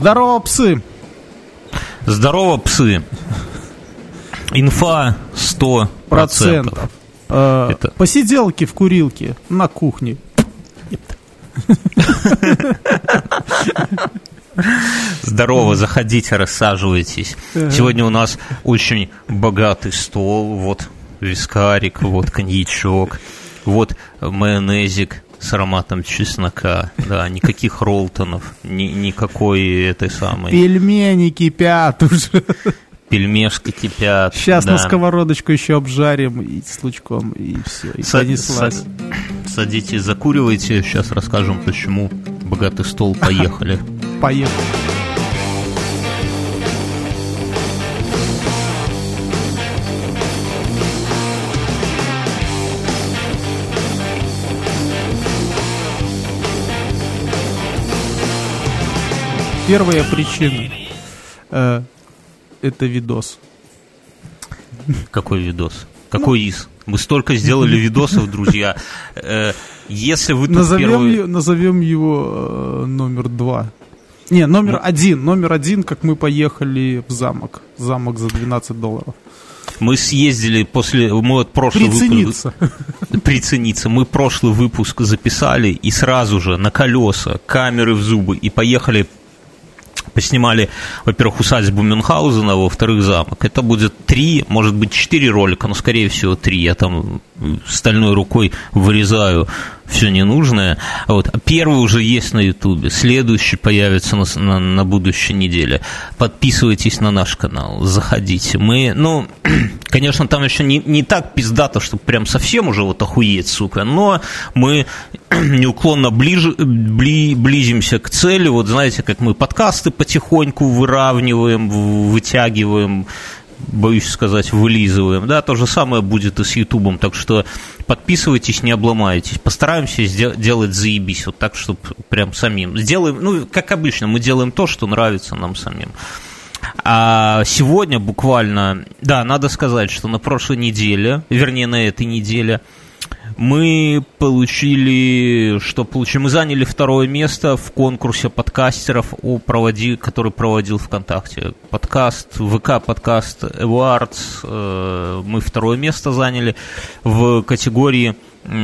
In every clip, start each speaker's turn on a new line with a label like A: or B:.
A: Здорово, псы!
B: Здорово, псы! Инфа 100%.
A: Это... Посиделки в курилке на кухне.
B: Здорово, заходите, рассаживайтесь. Сегодня у нас очень богатый стол. Вот вискарик, вот коньячок, вот майонезик с ароматом чеснока. Да, никаких роллтонов, никакой этой самой.
A: Пельмени кипят уже.
B: Пельмешки кипят.
A: Сейчас на сковородочку еще обжарим и с лучком, и все, и понеслась.
B: Садитесь, закуривайте. Сейчас расскажем, почему богатый стол. Поехали.
A: Поехали. Первая причина это видос.
B: Какой видос? Какой из? Мы столько сделали видосов, друзья. Если вы тут
A: назовем его номер 2. Не, номер один. Номер 1, как мы поехали в замок. Замок за $12.
B: Мы съездили мы вот прошлый
A: выпуск...
B: Прицениться. Мы прошлый выпуск записали и сразу же на колеса, камеры в зубы и поехали. Поснимали, во-первых, усадьбу Мюнхгаузена, во-вторых, замок. Это будет 3, может быть, 4 ролика, но, скорее всего, 3. Я там стальной рукой вырезаю все ненужное. Вот. Первый уже есть на Ютубе, следующий появится на будущей неделе. Подписывайтесь на наш канал, заходите. Конечно, там еще не так пиздато, чтобы прям совсем уже вот охуеть, сука, но мы неуклонно близимся к цели. Вот знаете, как мы подкасты потихоньку выравниваем, вытягиваем, боюсь сказать, вылизываем. Да, то же самое будет и с Ютубом. Так что подписывайтесь, не обломайтесь. Постараемся делать заебись, вот так, чтобы прям самим. Сделаем, как обычно, мы делаем то, что нравится нам самим. А сегодня буквально, да, надо сказать, что на прошлой неделе, вернее, на этой неделе, мы мы заняли 2 место в конкурсе подкастеров, который проводил ВКонтакте. ВК-подкаст Awards. Мы 2 место заняли в категории...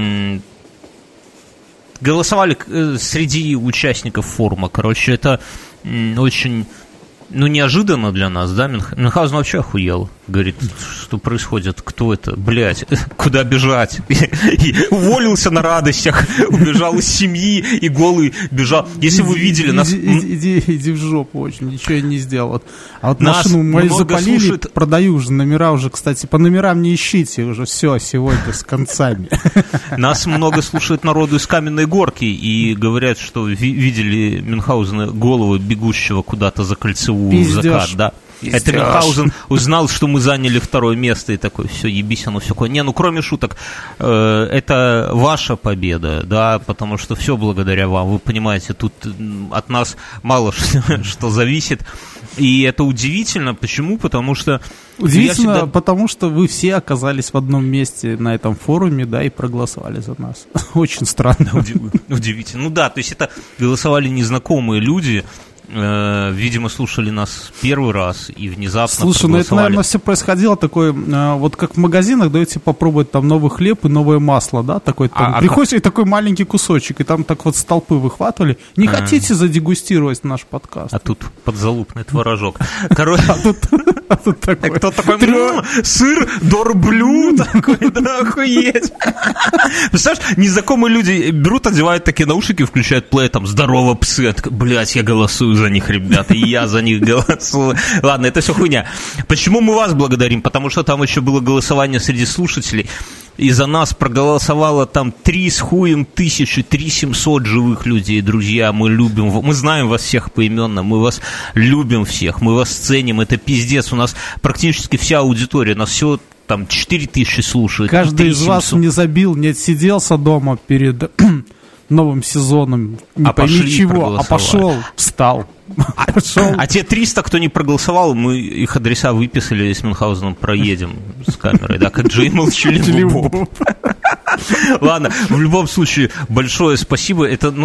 B: Голосовали среди участников форума. Короче, это очень... неожиданно для нас, да, Мюнхгаузен вообще охуел. Говорит, что происходит, кто это, блядь, куда бежать? И уволился на радостях, убежал из семьи и голый бежал. Если вы видели нас...
A: Иди в жопу, очень, ничего я не сделал. А вот машину мою запалили, продаю уже номера уже, кстати, по номерам не ищите, уже все, сегодня с концами.
B: Нас много слушает народу из Каменной Горки и говорят, что видели Мюнхгаузена голову бегущего куда-то за кольцевую закат, да. Это Мюнхгаузен узнал, что мы заняли 2 место и такой, все, ебись, оно все такое. Кроме шуток, это ваша победа, да, потому что все благодаря вам. Вы понимаете, тут от нас мало что зависит. И это удивительно. Почему? Потому что...
A: Удивительно, потому что вы все оказались в одном месте на этом форуме, да, и проголосовали за нас. Очень странно.
B: Удивительно. Да, то есть это голосовали незнакомые люди, видимо, слушали нас первый раз и внезапно проголосовали.
A: Это, наверное, все происходило такое, вот как в магазинах, даете попробовать там новый хлеб и новое масло, да, такой там, приходишь и такой маленький кусочек, и там так вот с толпы выхватывали. Не хотите задегустировать наш подкаст?
B: А тут подзалупный творожок. Короче,
A: тут такой.
B: Кто такой? Сыр, дорблю, такой, да, охуеть. Представляешь, незнакомые люди берут, одевают такие наушники, включают плей, там, здорово, псы. Блять, я голосую за них, ребята, и я за них голосую. Ладно, это все хуйня. Почему мы вас благодарим? Потому что там еще было голосование среди слушателей, и за нас проголосовало там 3700 живых людей. Друзья, мы любим вас, мы знаем вас всех поименно, мы вас любим всех, мы вас ценим, это пиздец. У нас практически вся аудитория, нас всего там 4000 слушает.
A: Каждый из вас не забил, не отсиделся дома перед... новым сезоном, не пойми чего, а пошел, встал.
B: А те 300, кто не проголосовал, мы их адреса выписали, с Мюнхгаузеном проедем с камерой, да, как Джей молчаливый Боб. Ладно, в любом случае, большое спасибо. Это,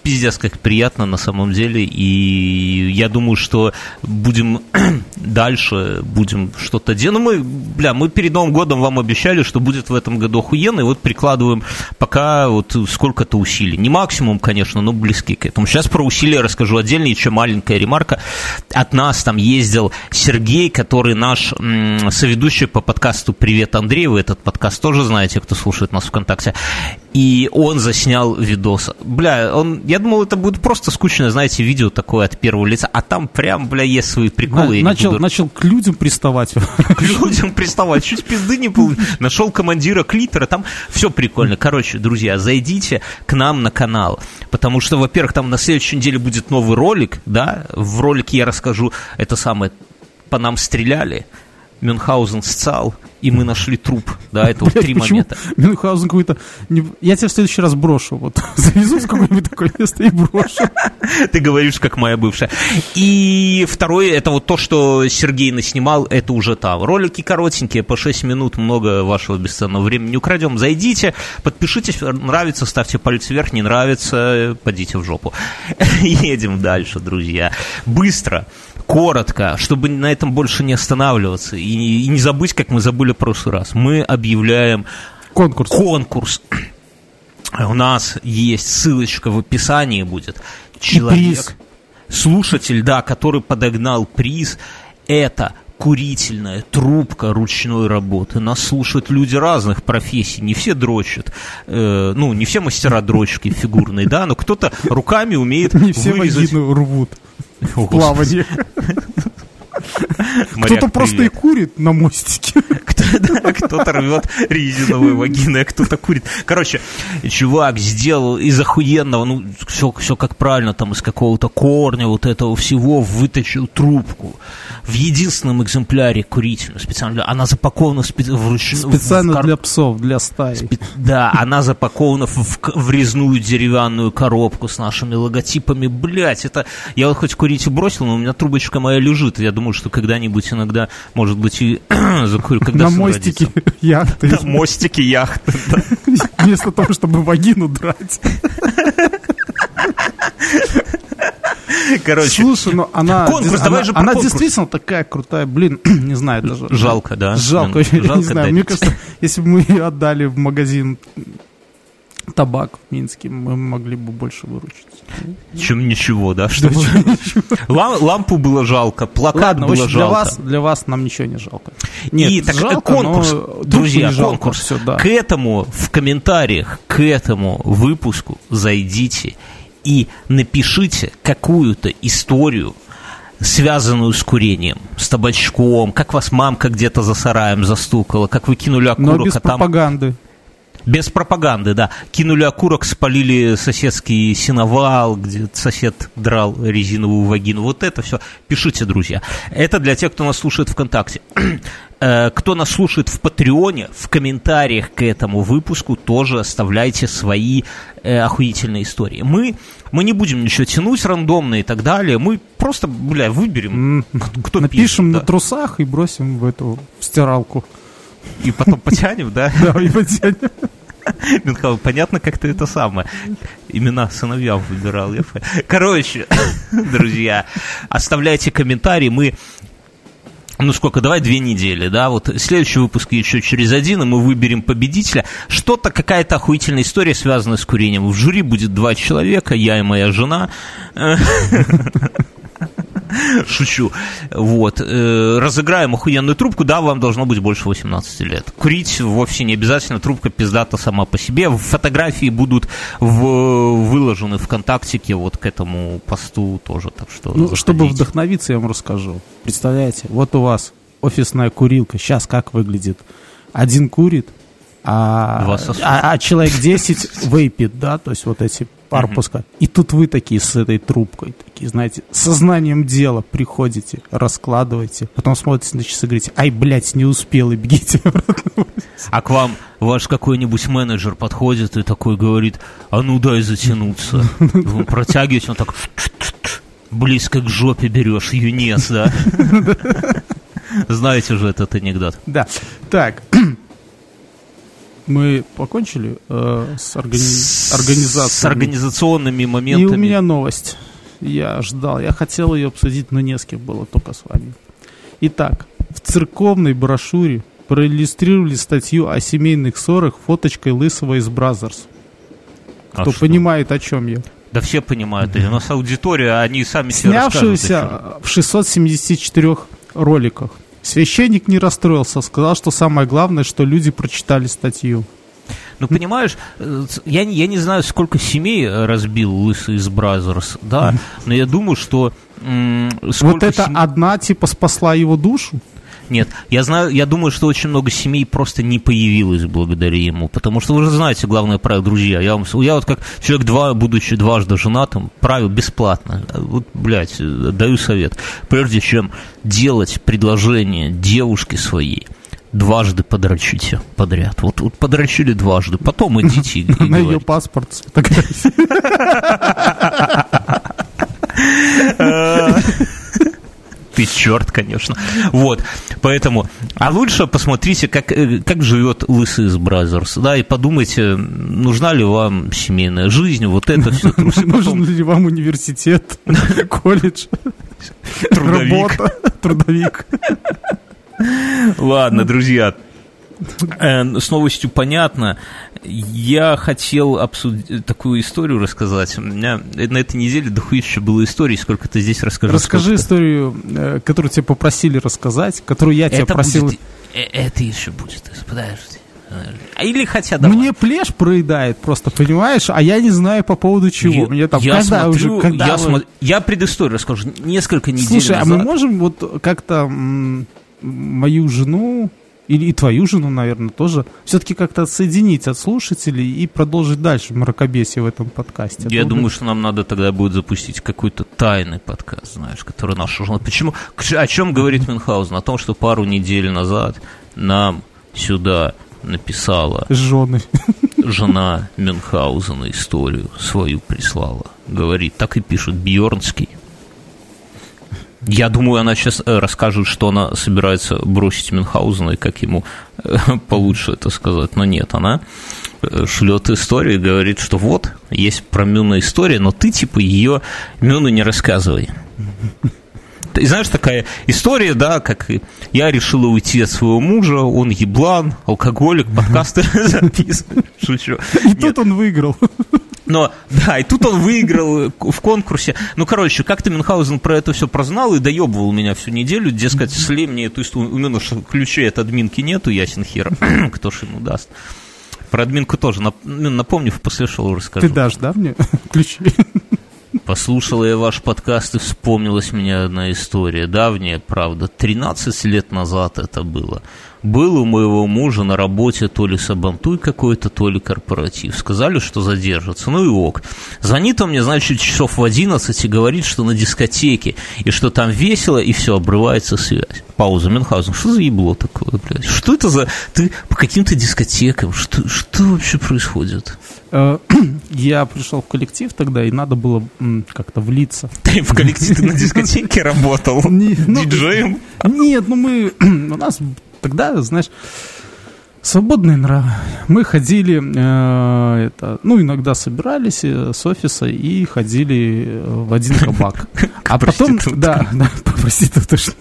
B: пиздец, как приятно на самом деле, и я думаю, что будем дальше, будем что-то делать. Мы перед Новым годом вам обещали, что будет в этом году охуенно, и вот прикладываем пока вот сколько-то усилий. Не максимум, конечно, но близки к этому. Сейчас про усилия расскажу отдельно, еще маленькая ремарка. От нас там ездил Сергей, который наш соведущий по подкасту «Привет, Андрей». Вы этот подкаст тоже знаете, кто слушает нас ВКонтакте. И он заснял видос. Я думал, это будет просто скучное, знаете, видео такое от первого лица, а там прям, есть свои приколы.
A: Начал к людям приставать.
B: К людям приставать, чуть пизды не получил. Нашел командира клитера, там все прикольно. Короче, друзья, зайдите к нам на канал, потому что, во-первых, там на следующей неделе будет новый ролик, да, в ролике я расскажу, это самое, по нам стреляли, Мюнхгаузен сцал, и мы нашли труп. Да, это вот 3 момента.
A: Мюнхгаузен какой-то... Я тебя в следующий раз брошу. Вот завезу в какое-нибудь такое место и брошу.
B: Ты говоришь, как моя бывшая. И второе, это вот то, что Сергей наснимал, это уже там. Ролики коротенькие, по 6 минут, много вашего бесценного времени украдем. Зайдите, подпишитесь, нравится, ставьте палец вверх, не нравится, подите в жопу. Едем дальше, друзья. Быстро. Коротко, чтобы на этом больше не останавливаться и не забыть, как мы забыли в прошлый раз. Мы объявляем конкурс. У нас есть ссылочка в описании будет. Человек, слушатель, да, который подогнал приз, это курительная трубка ручной работы. Нас слушают люди разных профессий, не все дрочат. Не все мастера дрочки фигурные, да, но кто-то руками умеет
A: не все вагину рвут в плавании. Кто-то просто и курит на мостике.
B: Кто-то рвет резиновые вагины, а кто-то курит. Короче, чувак сделал из охуенного, все как правильно, там из какого-то корня вот этого всего выточил трубку. В единственном экземпляре курительную, специально. Она запакована
A: специально для псов, для стаи.
B: Да, она запакована в резную деревянную коробку с нашими логотипами. Блять, это... Я вот хоть курить и бросил, но у меня трубочка моя лежит. Я думаю, что когда-нибудь иногда, может быть, и закурю.
A: На мостике яхты.
B: На мостике яхты, да.
A: Вместо того, чтобы вагину драть.
B: Короче,
A: слушай, она
B: конкурс.
A: Действительно такая крутая, не знаю даже.
B: Жалко, да?
A: Жалко, не знаю. Мне кажется, если бы мы ее отдали в магазин табак в Минске, мы могли бы больше выручить.
B: Чем ничего, да? Что лампу было жалко, плакат было жалко.
A: Для вас нам ничего не жалко.
B: Нет, жалко, конкурс, друзья, конкурс. Все, да. К этому, в комментариях к этому выпуску зайдите и напишите какую-то историю, связанную с курением, с табачком, как вас мамка где-то за сараем застукала, как вы кинули окурок.
A: Но без пропаганды.
B: Без пропаганды, да. Кинули окурок, спалили соседский сеновал, где сосед драл резиновую вагину. Вот это все. Пишите, друзья. Это для тех, кто нас слушает ВКонтакте. Кто нас слушает в Патреоне, в комментариях к этому выпуску тоже оставляйте свои охуительные истории. Мы не будем ничего тянуть рандомно и так далее. Мы просто, выберем, кто
A: напишем
B: пишет.
A: На трусах и бросим в стиралку.
B: И потом потянем, да?
A: Да, и потянем.
B: Мюнхгаузен, понятно, как ты это самое. Имена сыновьям выбирал. Короче, друзья, оставляйте комментарии. Мы... давай 2 недели, да? Вот следующий выпуск еще через 1, и мы выберем победителя. Какая-то охуительная история, связанная с курением. В жюри будет 2 человека, я и моя жена. Шучу. Вот. Разыграем охуенную трубку. Да, вам должно быть больше 18 лет. Курить вовсе не обязательно. Трубка пиздата сама по себе. Фотографии будут выложены ВКонтактике вот к этому посту тоже. Так что
A: чтобы вдохновиться, я вам расскажу. Представляете, вот у вас офисная курилка. Сейчас как выглядит? Один курит, а человек 10 вейпит, да? То есть вот эти пар пускают. И тут вы такие с этой трубкой, такие, знаете, сознанием дела приходите, раскладываете, потом смотрите на часы и говорите: ай, блядь, не успел, и бегите обратно.
B: А к вам ваш какой-нибудь менеджер подходит и такой говорит: а ну дай затянуться. Вы протягиваете, он так близко к жопе берешь, юнец, да? Знаете же этот анекдот.
A: Да. Так. Мы покончили с организацией.
B: С организационными моментами.
A: И у меня новость. Я ждал, я хотел ее обсудить, но не с кем было, только с вами. Итак, в церковной брошюре проиллюстрировали статью о семейных ссорах фоточкой Лысого из Бразерс. Кто понимает, о чем я?
B: Да все понимают. У нас аудитория, они сами себе расскажут.
A: Снявшийся в 674 роликах. Священник не расстроился, сказал, что самое главное, что люди прочитали статью.
B: Ну, понимаешь, я не знаю, сколько семей разбил Лысый из Бразерс, да, но я думаю, что...
A: Вот это одна, типа, спасла его душу?
B: Нет, я думаю, что очень много семей просто не появилось благодаря ему, потому что вы же знаете главное правило, друзья, я вот как человек, будучи дважды женатым, правил бесплатно, вот, блядь, даю совет, прежде чем делать предложение девушке своей, дважды подрочите подряд. Вот подрочили дважды, потом идите и
A: на ее паспорт сфотографировать.
B: Ты черт, конечно. Вот, поэтому... А лучше посмотрите, как живет Лысый из Бразерс, да, и подумайте, нужна ли вам семейная жизнь, вот это все.
A: Нужен ли вам университет, колледж, работа, трудовик.
B: Ладно, друзья, с новостью понятно. Я хотел обсудить такую историю рассказать. У меня на этой неделе дохуище было историй, сколько ты здесь расскажешь.
A: Расскажи историю, которую тебя попросили рассказать, которую я тебя просил.
B: Это еще будет, подожди. Или хотя давай.
A: Мне плешь проедает просто, понимаешь? А я не знаю по поводу чего. Мне там
B: я предысторию расскажу. Несколько недель назад.
A: Слушай, а мы можем вот как-то мою жену и твою жену, наверное, тоже все-таки как-то отсоединить от слушателей и продолжить дальше мракобесие в этом подкасте.
B: Я думаю, что нам надо тогда будет запустить какой-то тайный подкаст, знаешь, который наша жена... Почему? О чем говорит Мюнхгаузен? О том, что пару недель назад нам сюда написала жена Мюнхгаузена, историю свою прислала. Говорит, так и пишет Бьернский. Я думаю, она сейчас расскажет, что она собирается бросить Мюнхгаузена и как ему получше это сказать. Но нет, она шлет историю и говорит, что вот, есть про Мюна история, но ты типа ее Мюну не рассказывай. Ты знаешь, такая история, да, как я решила уйти от своего мужа, он еблан, алкоголик, подкасты записывает. Шучу.
A: И тут он выиграл.
B: Но, да, и тут он выиграл в конкурсе. Ну, короче, как-то Мюнхгаузен про это все прознал и доебывал меня всю неделю, дескать, слей мне эту историю. У меня ключей от админки нету, ясен хер. Кто ж ему даст? Про админку тоже, напомню, после шоу расскажу.
A: Ты дашь, да, мне ключи?
B: Послушала я ваш подкаст, и вспомнилась мне одна история. Давняя, правда, 13 лет назад это было. Был у моего мужа на работе то ли сабантуй какой-то, то ли корпоратив. Сказали, что задержатся. Ну и ок. Звонит он мне, значит, часов в 11 и говорит, что на дискотеке, и что там весело, и все, обрывается связь. Пауза. Мюнхгаузен, что за ебло такое, блядь? Что это за... Ты по каким-то дискотекам? Что вообще происходит?
A: Я пришел в коллектив тогда, и надо было как-то влиться.
B: Ты в коллективе, ты на дискотеке работал? Диджеем?
A: Нет, у нас... Тогда, знаешь, свободные нравы. Мы ходили, иногда собирались с офиса и ходили в один кабак. А потом, да, проституточно.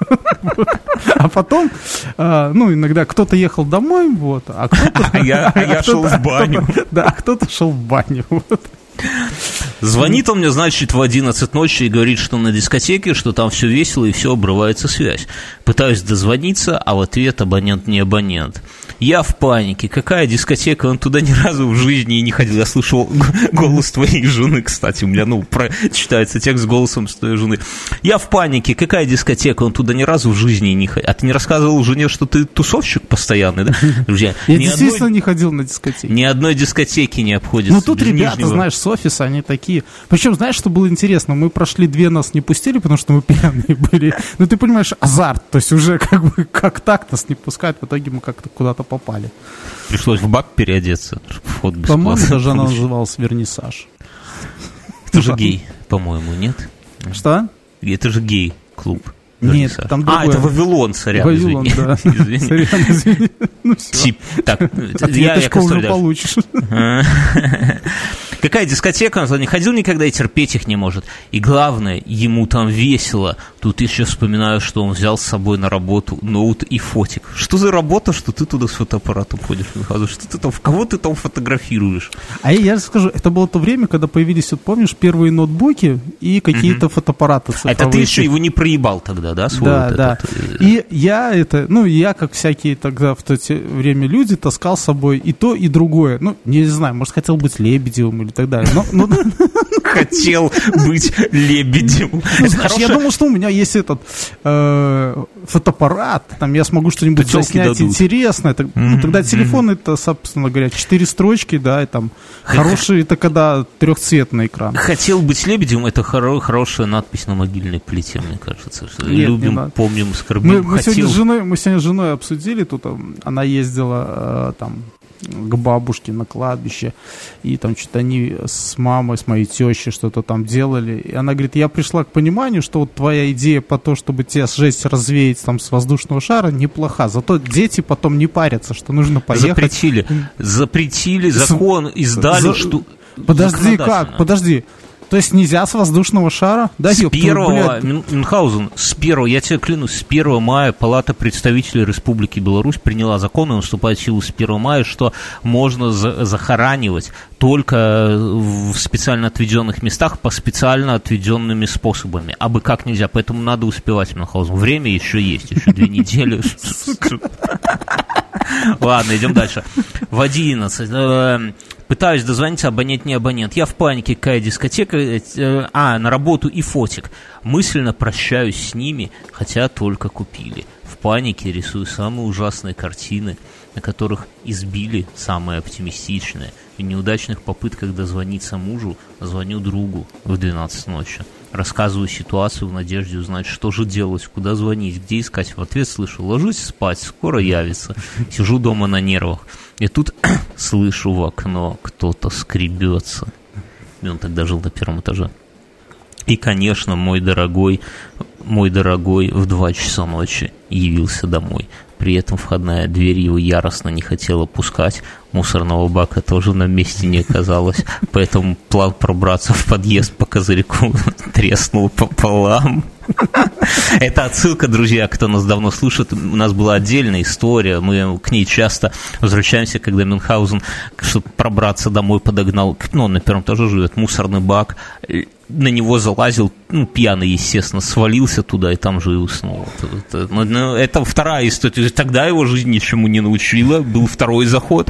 A: А потом, иногда кто-то ехал домой, вот, а кто-то...
B: Я шел в баню.
A: Да, а кто-то шел в баню, вот.
B: Звонит он мне, значит, в 11 ночи и говорит, что на дискотеке, что там все весело и все, обрывается связь. Пытаюсь дозвониться, а в ответ абонент не абонент. Я в панике. Какая дискотека? Он туда ни разу в жизни не ходил. Я слышал голос твоей жены, кстати. У меня, читается текст с голосом с твоей жены. Я в панике. Какая дискотека? Он туда ни разу в жизни не ходил. А ты не рассказывал жене, что ты тусовщик постоянный, да? Друзья,
A: я действительно не ходил на дискотеки.
B: Ни одной дискотеки не обходится.
A: Ну, тут ребята, знаешь, с офиса, они такие. Причем, знаешь, что было интересно? Мы прошли 2, нас не пустили, потому что мы пьяные были. Ну, ты понимаешь, азарт. То есть уже как так нас не пускают. В итоге мы как-то куда-то попали.
B: Пришлось в бак переодеться.
A: По-моему, даже она называлась вернисаж.
B: Это же гей, по-моему, нет?
A: Что?
B: Это же гей-клуб.
A: Нет, там другое.
B: Это Вавилон, сорян,
A: Вавилон,
B: извини.
A: да.
B: Извини.
A: Сорян, извини. Ну все.
B: Так,
A: я уже получишь.
B: Какая дискотека, он не ходил никогда и терпеть их не может. И главное, ему там весело. Тут еще вспоминаю, что он взял с собой на работу ноут и фотик. Что за работа, что ты туда с фотоаппаратом ходишь? Что ты там, в кого ты там фотографируешь?
A: А я скажу, это было то время, когда появились, вот помнишь, первые ноутбуки и какие-то фотоаппараты цифровые.
B: Это ты еще его не проебал тогда, да? Свой
A: да, вот да. И я, как всякие тогда в то время люди, таскал с собой и то, и другое. Ну, не знаю, может, хотел быть Лебедевым или так далее.
B: Хотел быть Лебедевым.
A: Я думал, что у меня есть этот фотоаппарат, там я смогу что-нибудь заснять интересное. Тогда телефон, это, собственно говоря, 4 строчки, да, и там хороший, это когда трехцветный экран.
B: Хотел быть Лебедевым, это хорошая надпись на могильной плите, мне кажется. Любим, помним, скорбим.
A: Мы сегодня с женой обсудили, тут она ездила там к бабушке на кладбище, и там что-то они с мамой, с моей тещей что-то там делали, и она говорит, я пришла к пониманию, что вот твоя идея по то, чтобы тебя жесть развеять там с воздушного шара, неплоха, зато дети потом не парятся, что нужно поехать.
B: Запретили, закон издали, что...
A: Подожди, как? Подожди. То есть нельзя с воздушного шара? Да,
B: с 1 Мюнхгаузен, я тебе клянусь, с 1 мая Палата представителей Республики Беларусь приняла закон, и он вступает в силу с 1 мая, что можно захоранивать только в специально отведенных местах по специально отведенными способами. Абы как нельзя, поэтому надо успевать, Мюнхгаузен. Время еще есть, еще 2 недели. Ладно, идем дальше. В 11. Пытаюсь дозвониться, абонент не абонент. Я в панике, какая дискотека. На работу и фотик. Мысленно прощаюсь с ними, хотя только купили. В панике рисую самые ужасные картины, на которых избили самые оптимистичные. В неудачных попытках дозвониться мужу звоню другу в 12 ночи. Рассказываю ситуацию в надежде узнать, что же делать, куда звонить, где искать. В ответ слышу: ложусь спать, скоро явится. Сижу дома на нервах. И тут слышу в окно, кто-то скребется. И он тогда жил на 1 этаже. И, конечно, мой дорогой в 2 часа ночи явился домой. При этом входная дверь его яростно не хотела пускать. Мусорного бака тоже на месте не оказалось. Поэтому план пробраться в подъезд по козырьку треснул пополам. Это отсылка, друзья, кто нас давно слушает. У нас была отдельная история. Мы к ней часто возвращаемся, когда Мюнхгаузен, чтобы пробраться домой, подогнал, он на 1 этаже живет, мусорный бак. На него залазил, пьяный, естественно, свалился туда и там же и уснул. Это вторая история. Тогда его жизнь ничему не научила. Был второй заход,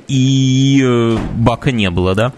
B: и бака не было, да?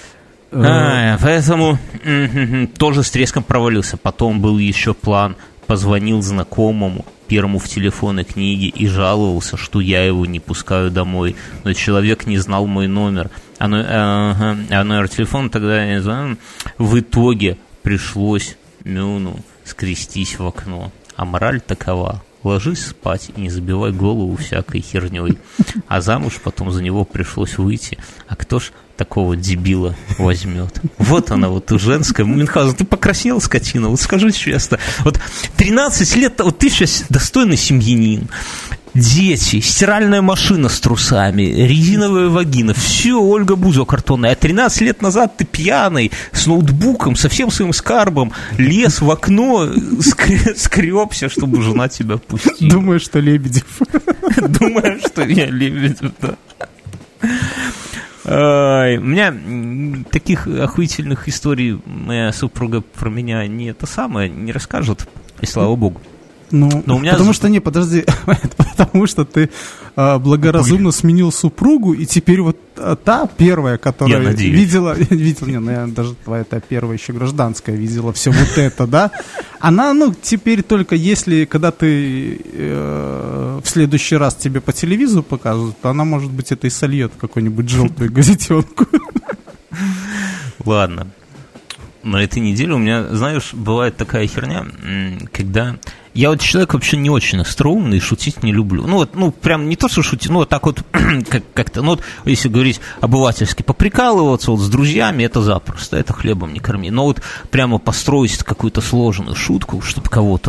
B: Поэтому тоже с треском провалился. Потом был еще план. Позвонил знакомому, первому в телефонной книге, и жаловался, что я его не пускаю домой. Но человек не знал мой номер. А номер телефона тогда я не знаю. В итоге пришлось Мюну скрестись в окно. А мораль такова: ложись спать и не забивай голову всякой херней. А замуж потом за него пришлось выйти. А кто ж такого дебила возьмет? Вот она, вот женская. Мюнхгаузен, ты покраснел, скотина, вот скажи честно. Вот 13 лет, вот ты сейчас достойный семьянин. Дети, стиральная машина с трусами, резиновая вагина, все, Ольга Бузова картонная. А 13 лет назад ты пьяный, с ноутбуком, со всем своим скарбом, лез в окно, скребся, чтобы жена тебя пустила.
A: Думаешь, что Лебедев.
B: Думаю, что я Лебедев, да. У меня таких охуительных историй моя супруга про меня не расскажет, и слава богу.
A: Потому что ты благоразумно сменил супругу, и теперь вот та первая, которая видела, наверное, даже твоя та первая еще гражданская видела все вот это, да, она, теперь только если, когда ты в следующий раз тебе по телевизору показывают, то она, может быть, это и сольет в какую-нибудь желтую газетенку.
B: Ладно. На этой неделе у меня, знаешь, бывает такая херня, когда... Я вот человек вообще не очень остроумный и шутить не люблю. Прям не то, что шутить, так вот, как-то, если говорить обывательски, поприкалываться с друзьями, это запросто, это хлебом не корми. Но вот прямо построить какую-то сложную шутку, чтобы кого-то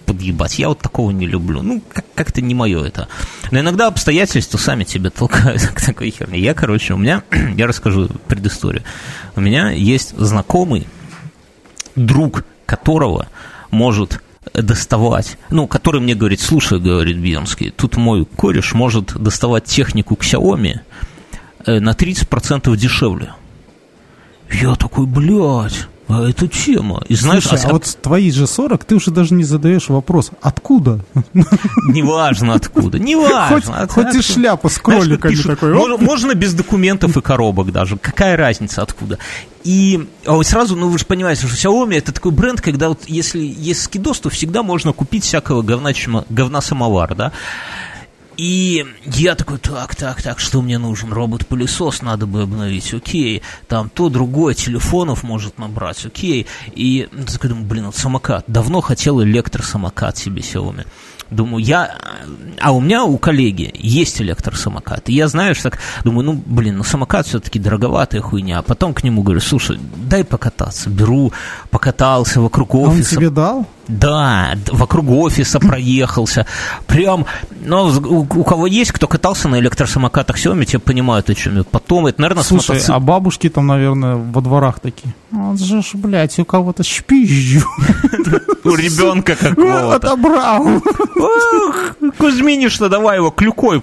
B: подъебать. Я вот такого не люблю. Ну, как-то не мое это. Но иногда обстоятельства сами тебя толкают к такой херне. Я расскажу предысторию. У меня есть знакомый, друг которого может доставать, который мне говорит: слушай, говорит Бьернский, тут мой кореш может доставать технику Xiaomi на 30% дешевле. Я такой, блядь, а это тема. И знаешь,
A: слушай, вот твои же 40, ты уже даже не задаешь вопрос, откуда?
B: Неважно откуда, неважно.
A: Хоть и шляпа с кроликами такой.
B: Можно без документов и коробок даже, какая разница откуда. И сразу, вы же понимаете, что Xiaomi это такой бренд, когда вот если есть скидос, то всегда можно купить всякого говна-самовар, да. И я такой, так, что мне нужен? Робот-пылесос надо бы обновить, окей. Там то, другое, телефонов может набрать, окей. И такой думаю, вот самокат. Давно хотел электросамокат себе Xiaomi. Думаю, у меня у коллеги есть электросамокат. И я, знаешь, так думаю, самокат все-таки дороговатая хуйня. А потом к нему говорю: слушай, дай покататься. Беру, покатался вокруг офиса.
A: Он тебе дал?
B: Да, вокруг офиса проехался. Прям, у кого есть, кто катался на электросамокатах Xiaomi, те понимают, о чем я. Потом, это, наверное,
A: слушай, а бабушки там, наверное, во дворах такие. Вот же ж, блядь, у кого-то шпизжу.
B: У ребенка какого-то.
A: Отобрал.
B: Кузьминишна, давай его клюкой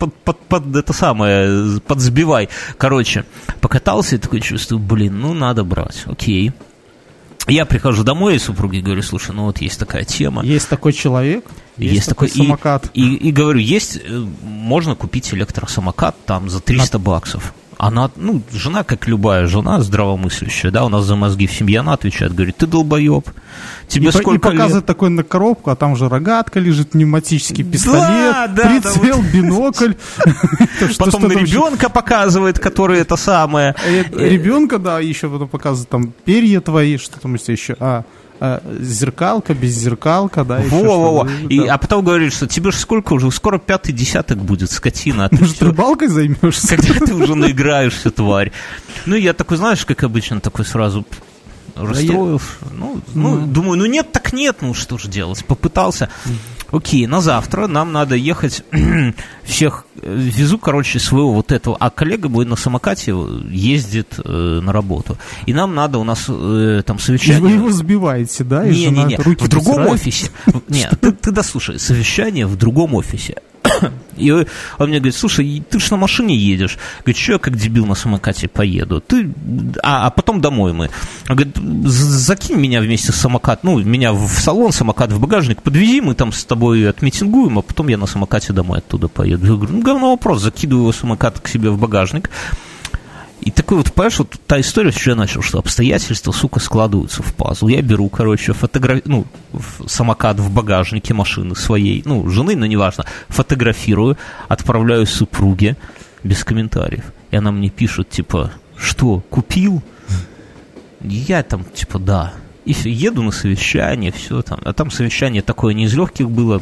B: подсбивай. Короче, покатался и такой чувствую, надо брать, окей. Я прихожу домой, и супруге говорю: слушай, есть такая тема.
A: Есть такой человек, есть такой самокат.
B: И говорю, можно купить электросамокат там за $300. Она, жена, как любая жена, здравомыслящая, да, у нас за мозги в семье, она отвечает, говорит: ты долбоеб, тебе сколько лет? И
A: показывает такой на коробку, а там же рогатка лежит, пневматический пистолет, прицел, бинокль.
B: Потом на ребенка показывает, который это самое.
A: Ребенка, да, еще потом показывает там перья твои, что там еще, зеркалка, беззеркалка, да.
B: Во-во-во. А потом говорит, что тебе же сколько уже, скоро 5-й десяток будет, скотина.
A: Может, рыбалкой займешься?
B: Когда ты уже наиграешься, тварь. Я такой, знаешь, как обычно, такой сразу расстроился. Думаю, нет, так нет, что же делать. Попытался. Окей, на завтра нам надо ехать, всех везу, своего вот этого, а коллега мой на самокате ездит на работу. И нам надо, у нас там совещание.
A: Вы его сбиваете, да?
B: Не, в другом офисе. Нет, ты дослушай, совещание в другом офисе. И он мне говорит: слушай, ты ж на машине едешь. Говорит: что я как дебил на самокате поеду? А потом домой мы. Он говорит: закинь меня вместе с самокат, меня в салон, самокат в багажник, подвези, мы там с тобой отмитингуем, а потом я на самокате домой оттуда поеду. Я говорю: говно вопрос, закидываю его самокат к себе в багажник. И такой вот, понимаешь, вот та история, с чего я начал, что обстоятельства, сука, складываются в пазл. Я беру, самокат в багажнике машины своей, жены, но неважно, фотографирую, отправляю супруге без комментариев. И она мне пишет, что, купил? Я там, да. И все, еду на совещание, все там. А там совещание такое не из легких было.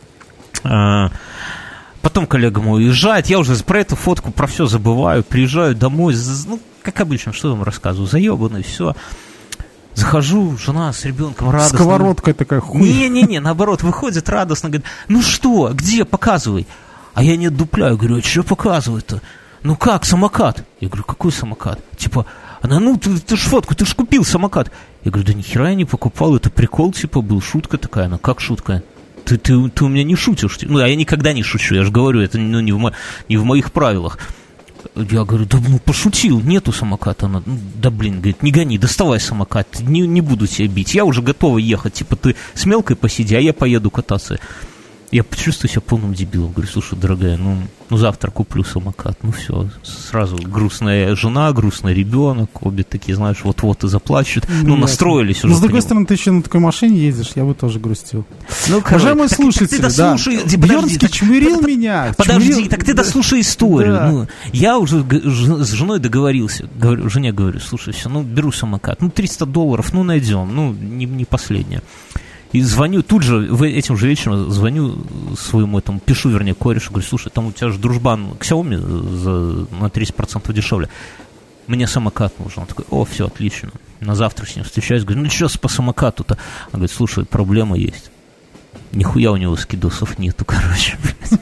B: Потом коллега мой уезжает, я уже про эту фотку, про все забываю, приезжаю домой, как обычно, что я вам рассказываю, заебанный, все. Захожу, жена с ребенком радостно.
A: Сковородкой такая хуйня.
B: Не, наоборот, выходит радостно, говорит: что, где, показывай. А я не отдупляю, говорю: а что показывать-то? Как, самокат? Я говорю: какой самокат? Она, ты ж фотку, ты ж купил самокат. Я говорю: да нихера я не покупал, это прикол, был, шутка такая. Она: как шутка? Ты у меня не шутишь. А я никогда не шучу, я же говорю, это не в моих правилах. Я говорю: да пошутил, нету самоката. Она: говорит, не гони, доставай самокат, не буду тебя бить, я уже готова ехать, ты с мелкой посиди, а я поеду кататься. Я почувствую себя полным дебилом. Говорю: слушай, дорогая, завтра куплю самокат. Все, сразу грустная жена, грустный ребенок, обе такие, знаешь, вот-вот и заплачут. Настроились уже.
A: Но с другой стороны, ты еще на такой машине ездишь, я бы тоже грустил. Уважаемые слушатели, да. Бьернский чмырил меня.
B: Подожди, так ты дослушай историю. Я уже с женой договорился. Жене говорю: слушай, все, беру самокат. $300, найдем. Не последнее. И звоню, тут же, этим же вечером звоню своему пишу, корешу, говорю: слушай, там у тебя же дружбан Xiaomi на 30% дешевле. Мне самокат нужен. Он такой: все, отлично. На завтра с ним встречаюсь, говорю: что по самокату-то? Он говорит: слушай, проблема есть. Нихуя у него скидосов нету, короче.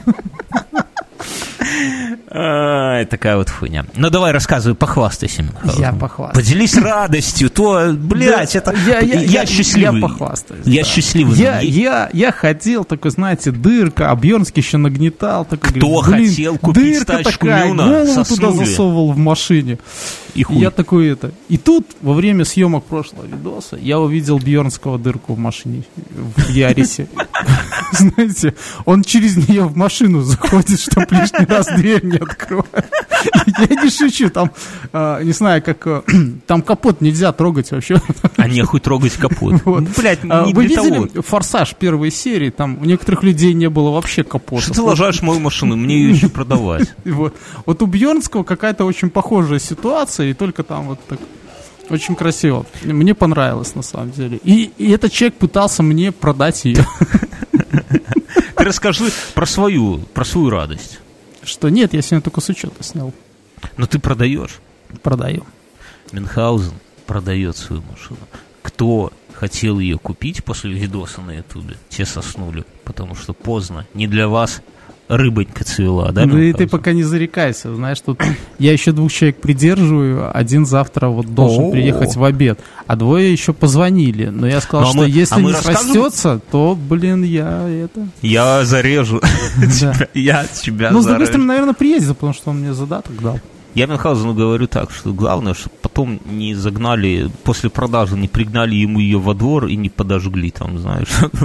B: Такая вот хуйня. Ну, давай рассказывай, похвастайся.
A: Я похвастаюсь.
B: Поделись радостью, то, блядь, это... Я счастливый.
A: Я похвастаюсь.
B: Я счастливый.
A: Я хотел, такой, знаете, дырка, а Бьернский еще нагнетал. Такой,
B: кто хотел купить тачку Мюна?
A: Голову туда засовывал в машине. И я такой это. И тут, во время съемок прошлого видоса, я увидел Бьернского дырку в машине, в Ярисе. Знаете, он через нее в машину заходит, чтобы лишний раз дверь не открывать. Я не шучу, там, не знаю, как... Там капот нельзя трогать вообще.
B: А нехуй трогать капот.
A: Вот.
B: Блядь, не
A: вы
B: для
A: видели
B: того.
A: «Форсаж» первой серии? Там у некоторых людей не было вообще капота.
B: Что ты лажаешь мою машину? Мне ее еще продавать.
A: Вот у Бьернского какая-то очень похожая ситуация, и только там вот так... Очень красиво. Мне понравилось, на самом деле. И этот человек пытался мне продать ее.
B: Ты расскажи про свою радость.
A: Что нет, я сегодня только с учета снял.
B: Но ты продаешь?
A: Продаю.
B: Мюнхгаузен продает свою машину. Кто хотел ее купить после видоса на ютубе, те соснули, потому что поздно. Не для вас рыбонька цвела, да?
A: Ну и ты пока не зарекайся, знаешь, тут я еще 2 человек придерживаю, один завтра вот должен приехать в обед, а 2 еще позвонили, но я сказал, что если не срастется, то, блин,
B: Я зарежу. Я тебя зарежу.
A: Ну, с другой стороны, наверное, приедет, потому что он мне задаток дал.
B: Я Мюнхгаузену говорю так, что главное, чтобы потом не загнали, после продажи не пригнали ему ее во двор и не подожгли там, знаешь.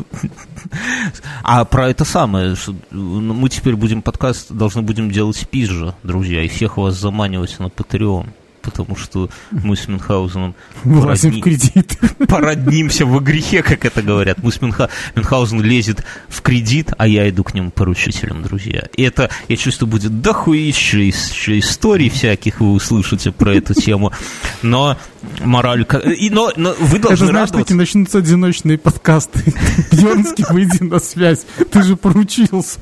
B: А про это самое, что мы теперь подкаст должны будем делать пизже, друзья, и всех вас заманивать на Patreon. Потому что мы с Мюнхгаузеном
A: влазим в кредит.
B: Породнимся во грехе, как это говорят. Мюнхгаузен лезет в кредит, а я иду к нему поручителем, друзья. И это, я чувствую, будет дохуища историй всяких, вы услышите про эту тему. Но мораль... Но вы должны
A: знаешь,
B: радоваться.
A: такие начнутся одиночные подкасты. Бьернский, выйди на связь. Ты же поручился.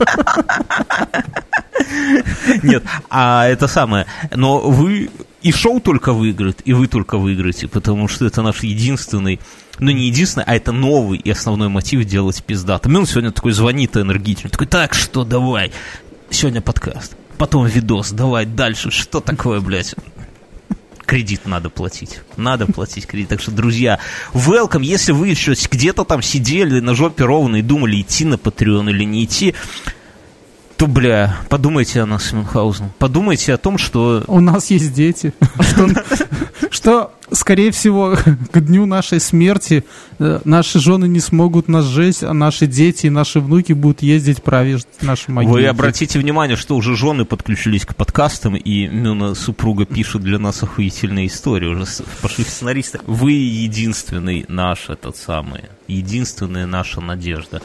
B: Нет, а это самое. Но вы... И шоу только выиграет, и вы только выиграете, потому что это наш единственный, ну не единственный, а это новый и основной мотив делать пиздато. Он сегодня такой звонит энергично, такой, так что давай, сегодня подкаст, потом видос, давай дальше, что такое, блядь? Кредит надо платить кредит. Так что, друзья, welcome, если вы еще где-то там сидели на жопе ровно и думали, идти на Patreon или не идти, то, бля, подумайте о нас с Мюнхгаузеном. Подумайте о том, что...
A: У нас есть дети. Что, скорее всего, к дню нашей смерти наши жены не смогут нас жечь, а наши дети и наши внуки будут ездить провежать наши могилы.
B: Вы обратите внимание, что уже жены подключились к подкастам, и Мюна, супруга, пишет для нас охуительные истории. Уже пошли сценаристы. Вы единственный наш единственная наша надежда.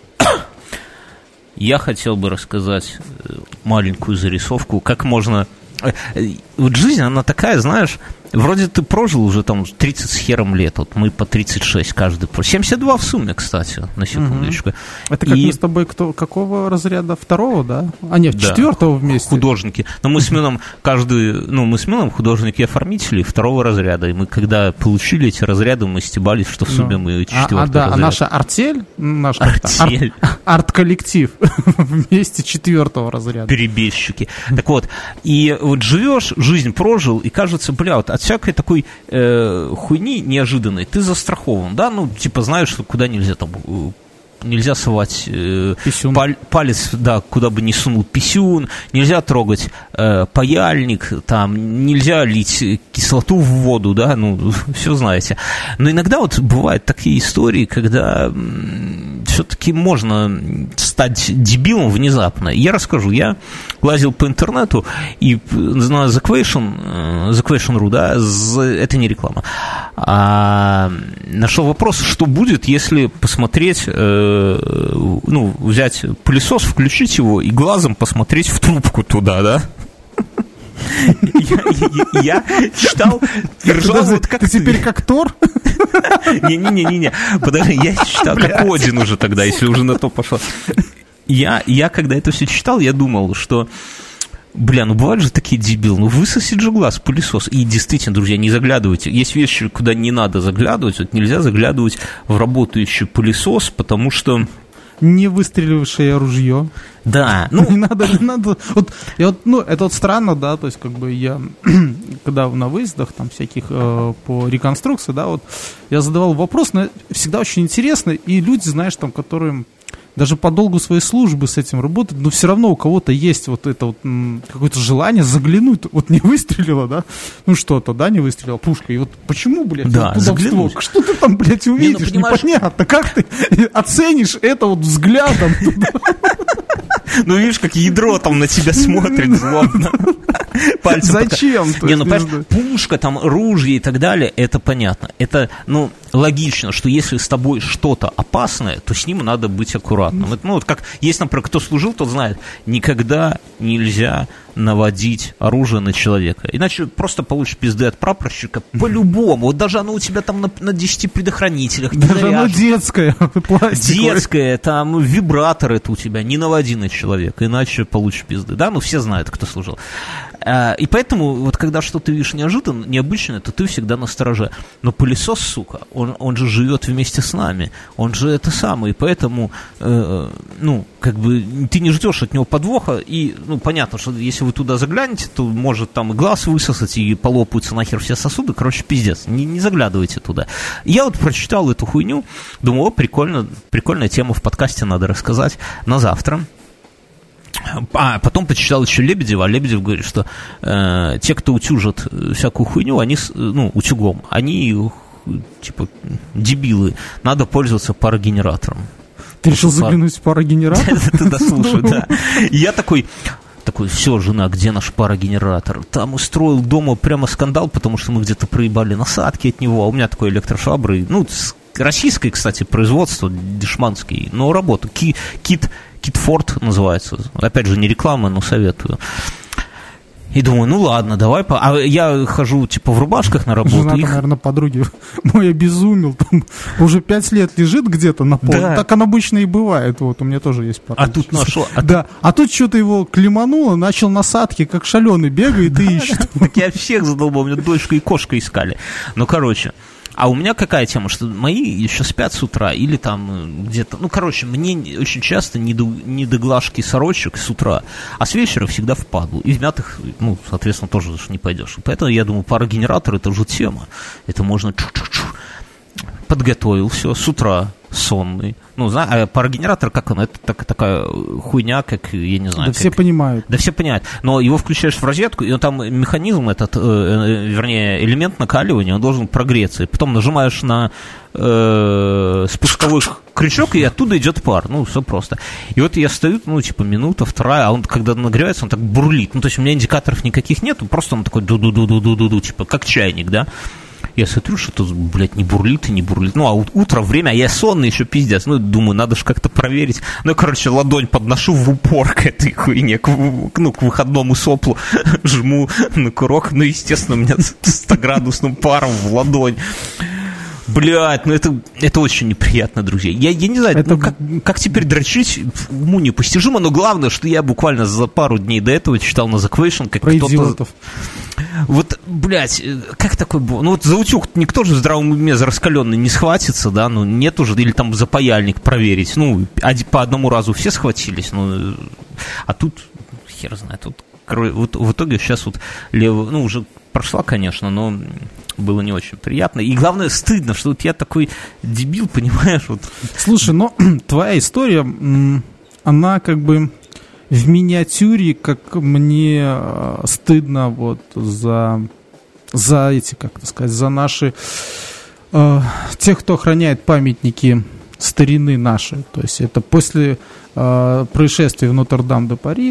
B: Я хотел бы рассказать маленькую зарисовку, как можно... Вот жизнь, она такая, знаешь, вроде ты прожил уже там 30 с хером лет, вот мы по 36 каждый. 72 в сумме, кстати, на секундочку.
A: Это как мы с тобой какого разряда? 2-го, да? А нет, 4-го вместе.
B: Художники. Но мы с Мюном художники и оформители 2-го разряда. И мы когда получили эти разряды, мы стебались, что в сумме мы 4-го разряда.
A: А наша артель, арт-коллектив вместе 4-го разряда.
B: Перебежчики. Так вот, и вот живешь, жизнь прожил, и кажется, бля, вот от всякой такой хуйни неожиданной ты застрахован, да, ну, типа, знаешь, что куда нельзя там... Нельзя совать палец, да, куда бы ни сунул писюн, нельзя трогать паяльник, там, нельзя лить кислоту в воду, да, ну, все знаете. Но иногда вот бывают такие истории, когда все-таки можно стать дебилом внезапно. Я расскажу, я лазил по интернету и на TheQuestion.ru, да, это не реклама, а нашел вопрос, что будет, если посмотреть... взять пылесос, включить его и глазом посмотреть в трубку туда, да? Я читал и ржал вот как
A: ты. Теперь как Тор?
B: Не-не-не, подожди, я читал как Один уже тогда, если уже на то пошло. Я когда это все читал, я думал, что... Бля, ну бывают же такие дебилы, высосет же глаз пылесос. И действительно, друзья, не заглядывайте. Есть вещи, куда не надо заглядывать. Вот нельзя заглядывать в работающий пылесос, потому что
A: не выстрелившее ружье.
B: Да,
A: ну... Не надо. Это вот странно, да, то есть, как бы я, когда на выездах, там, всяких по реконструкции, да, вот, я задавал вопрос, но всегда очень интересно, и люди, знаешь, там, которые... даже по долгу своей службы с этим работать, но все равно у кого-то есть вот это вот какое-то желание заглянуть, вот не выстрелило, да, ну что-то, да, не выстрелила пушка, и вот почему, блядь,
B: да,
A: туда в ствол, что ты там, блядь, увидишь, непонятно, как ты оценишь это вот взглядом туда?
B: Ну, видишь, как ядро там на тебя смотрит злобно.
A: Зачем?
B: Не, ну, понимаешь, пушка, там, ружье и так далее, это понятно. Это, ну, логично, что если с тобой что-то опасное, то с ним надо быть аккуратным. Это, ну, вот как, есть, например, кто служил, тот знает, никогда нельзя наводить оружие на человека. Иначе просто получишь пизды от прапорщика по-любому. Вот даже оно у тебя там на 10 предохранителях.
A: Даже оно детское, пластиковое.
B: Детское, там вибратор это у тебя. Не наводи на человека, иначе получишь пизды. Да, ну все знают, кто служил. И поэтому, вот когда что-то видишь необычное, то ты всегда настороже. Но пылесос, сука, он же живет вместе с нами. Он же это самое. И поэтому, ну, как бы, ты не ждешь от него подвоха. И, ну, понятно, что если вы туда заглянете, то может там и глаз высосать, и полопаются нахер все сосуды. Короче, пиздец. Не заглядывайте туда. Я вот прочитал эту хуйню. Думаю, о, прикольная тема в подкасте, надо рассказать на завтра. А потом почитал еще Лебедева, а Лебедев говорит, что те, кто утюжат всякую хуйню, они, ну, утюгом, они, типа, дебилы, надо пользоваться парогенератором.
A: Ты решил заглянуть в парогенератор?
B: Ты дослушай, да. Я такой, все, жена, где наш парогенератор? Там устроил дома прямо скандал, потому что мы где-то проебали насадки от него, а у меня такой электрошвабры, ну, российское, кстати, производство, дешманский, но работа, Китфорд называется. Опять же, не реклама, но советую. И думаю, ну ладно, давай. А я хожу, типа, в рубашках на работу.
A: Жена, наверное, подруги мой обезумел. Там уже 5 лет лежит где-то на поле. Да. Так оно обычно и бывает. Вот, у меня тоже есть пара.
B: А тут нашел.
A: Да. А тут что-то его клемануло, начал насадки, как шаленый, бегает и ищет.
B: Так я всех задолбал. У меня дочка и кошка искали. Ну, короче. А у меня какая тема, что мои еще спят с утра или там где-то... Ну, короче, мне очень часто не до глажки сорочек с утра, а с вечера всегда впадлу. И в мятых, ну, соответственно, тоже не пойдешь. Поэтому я думаю, парогенератор — это уже тема. Это можно... Подготовил все с утра, сонный. Ну, знаешь, а парогенератор, как он? Это такая хуйня, как, я не знаю.
A: Да, все понимают.
B: Да, все понимают. Но его включаешь в розетку, и он там механизм этот, вернее, элемент накаливания, он должен прогреться. И потом нажимаешь на спусковой крючок, и оттуда идет пар. Ну, все просто. И вот я стою, ну, типа, минута, вторая, а он, когда нагревается, он так бурлит. Ну, то есть у меня индикаторов никаких нет, просто он такой ду-ду-ду-ду-ду-ду, типа, как чайник, да? Я смотрю, что-то, блядь, не бурлит и не бурлит. Ну, а утро, время, а я сонный еще, пиздец. Ну, думаю, надо же как-то проверить. Ну, короче, ладонь подношу в упор к этой хуйне, к выходному соплу. Жму на курок. Ну, естественно, у меня 100-градусным паром в ладонь. Блядь, ну это очень неприятно, друзья. Я не знаю, это... ну, как теперь дрочить, уму непостижимо, но главное, что я буквально за пару дней до этого читал на The Question, как
A: про идиотов.
B: Вот, блядь, как такое было? Ну вот за утюг никто же в здравом уме за раскаленный не схватится, да, ну нет уже, или там за паяльник проверить. Ну, по одному разу все схватились, ну, а тут, хер знает, вот в итоге сейчас вот левый, ну, уже прошла, конечно, но было не очень приятно. И главное, стыдно, что вот я такой дебил, понимаешь? Вот.
A: Слушай, но твоя история, она как бы в миниатюре, как мне стыдно вот за эти, как это сказать, за наши, тех, кто охраняет памятники старины наши. То есть это после происшествия в Нотр-Дам-де-Пари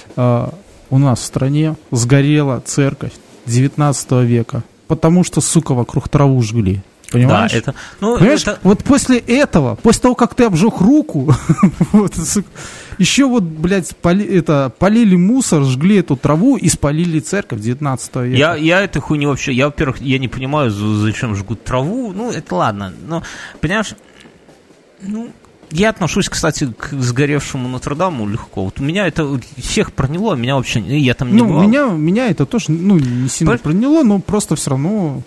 A: у нас в стране сгорела церковь 19 века, потому что, сука, вокруг траву жгли. Понимаешь?
B: Да, это, ну,
A: понимаешь,
B: это...
A: вот после этого, после того, как ты обжег руку, вот, еще вот, блядь, полили мусор, жгли эту траву и спалили церковь 19 века.
B: Я этой хуйни вообще, во-первых, я не понимаю, зачем жгут траву, ну, это ладно, но, понимаешь, ну... Я отношусь, кстати, к сгоревшему Нотр-Даму легко. Вот меня это всех проняло, меня там не было.
A: Меня это тоже, ну, не сильно проняло, но просто все равно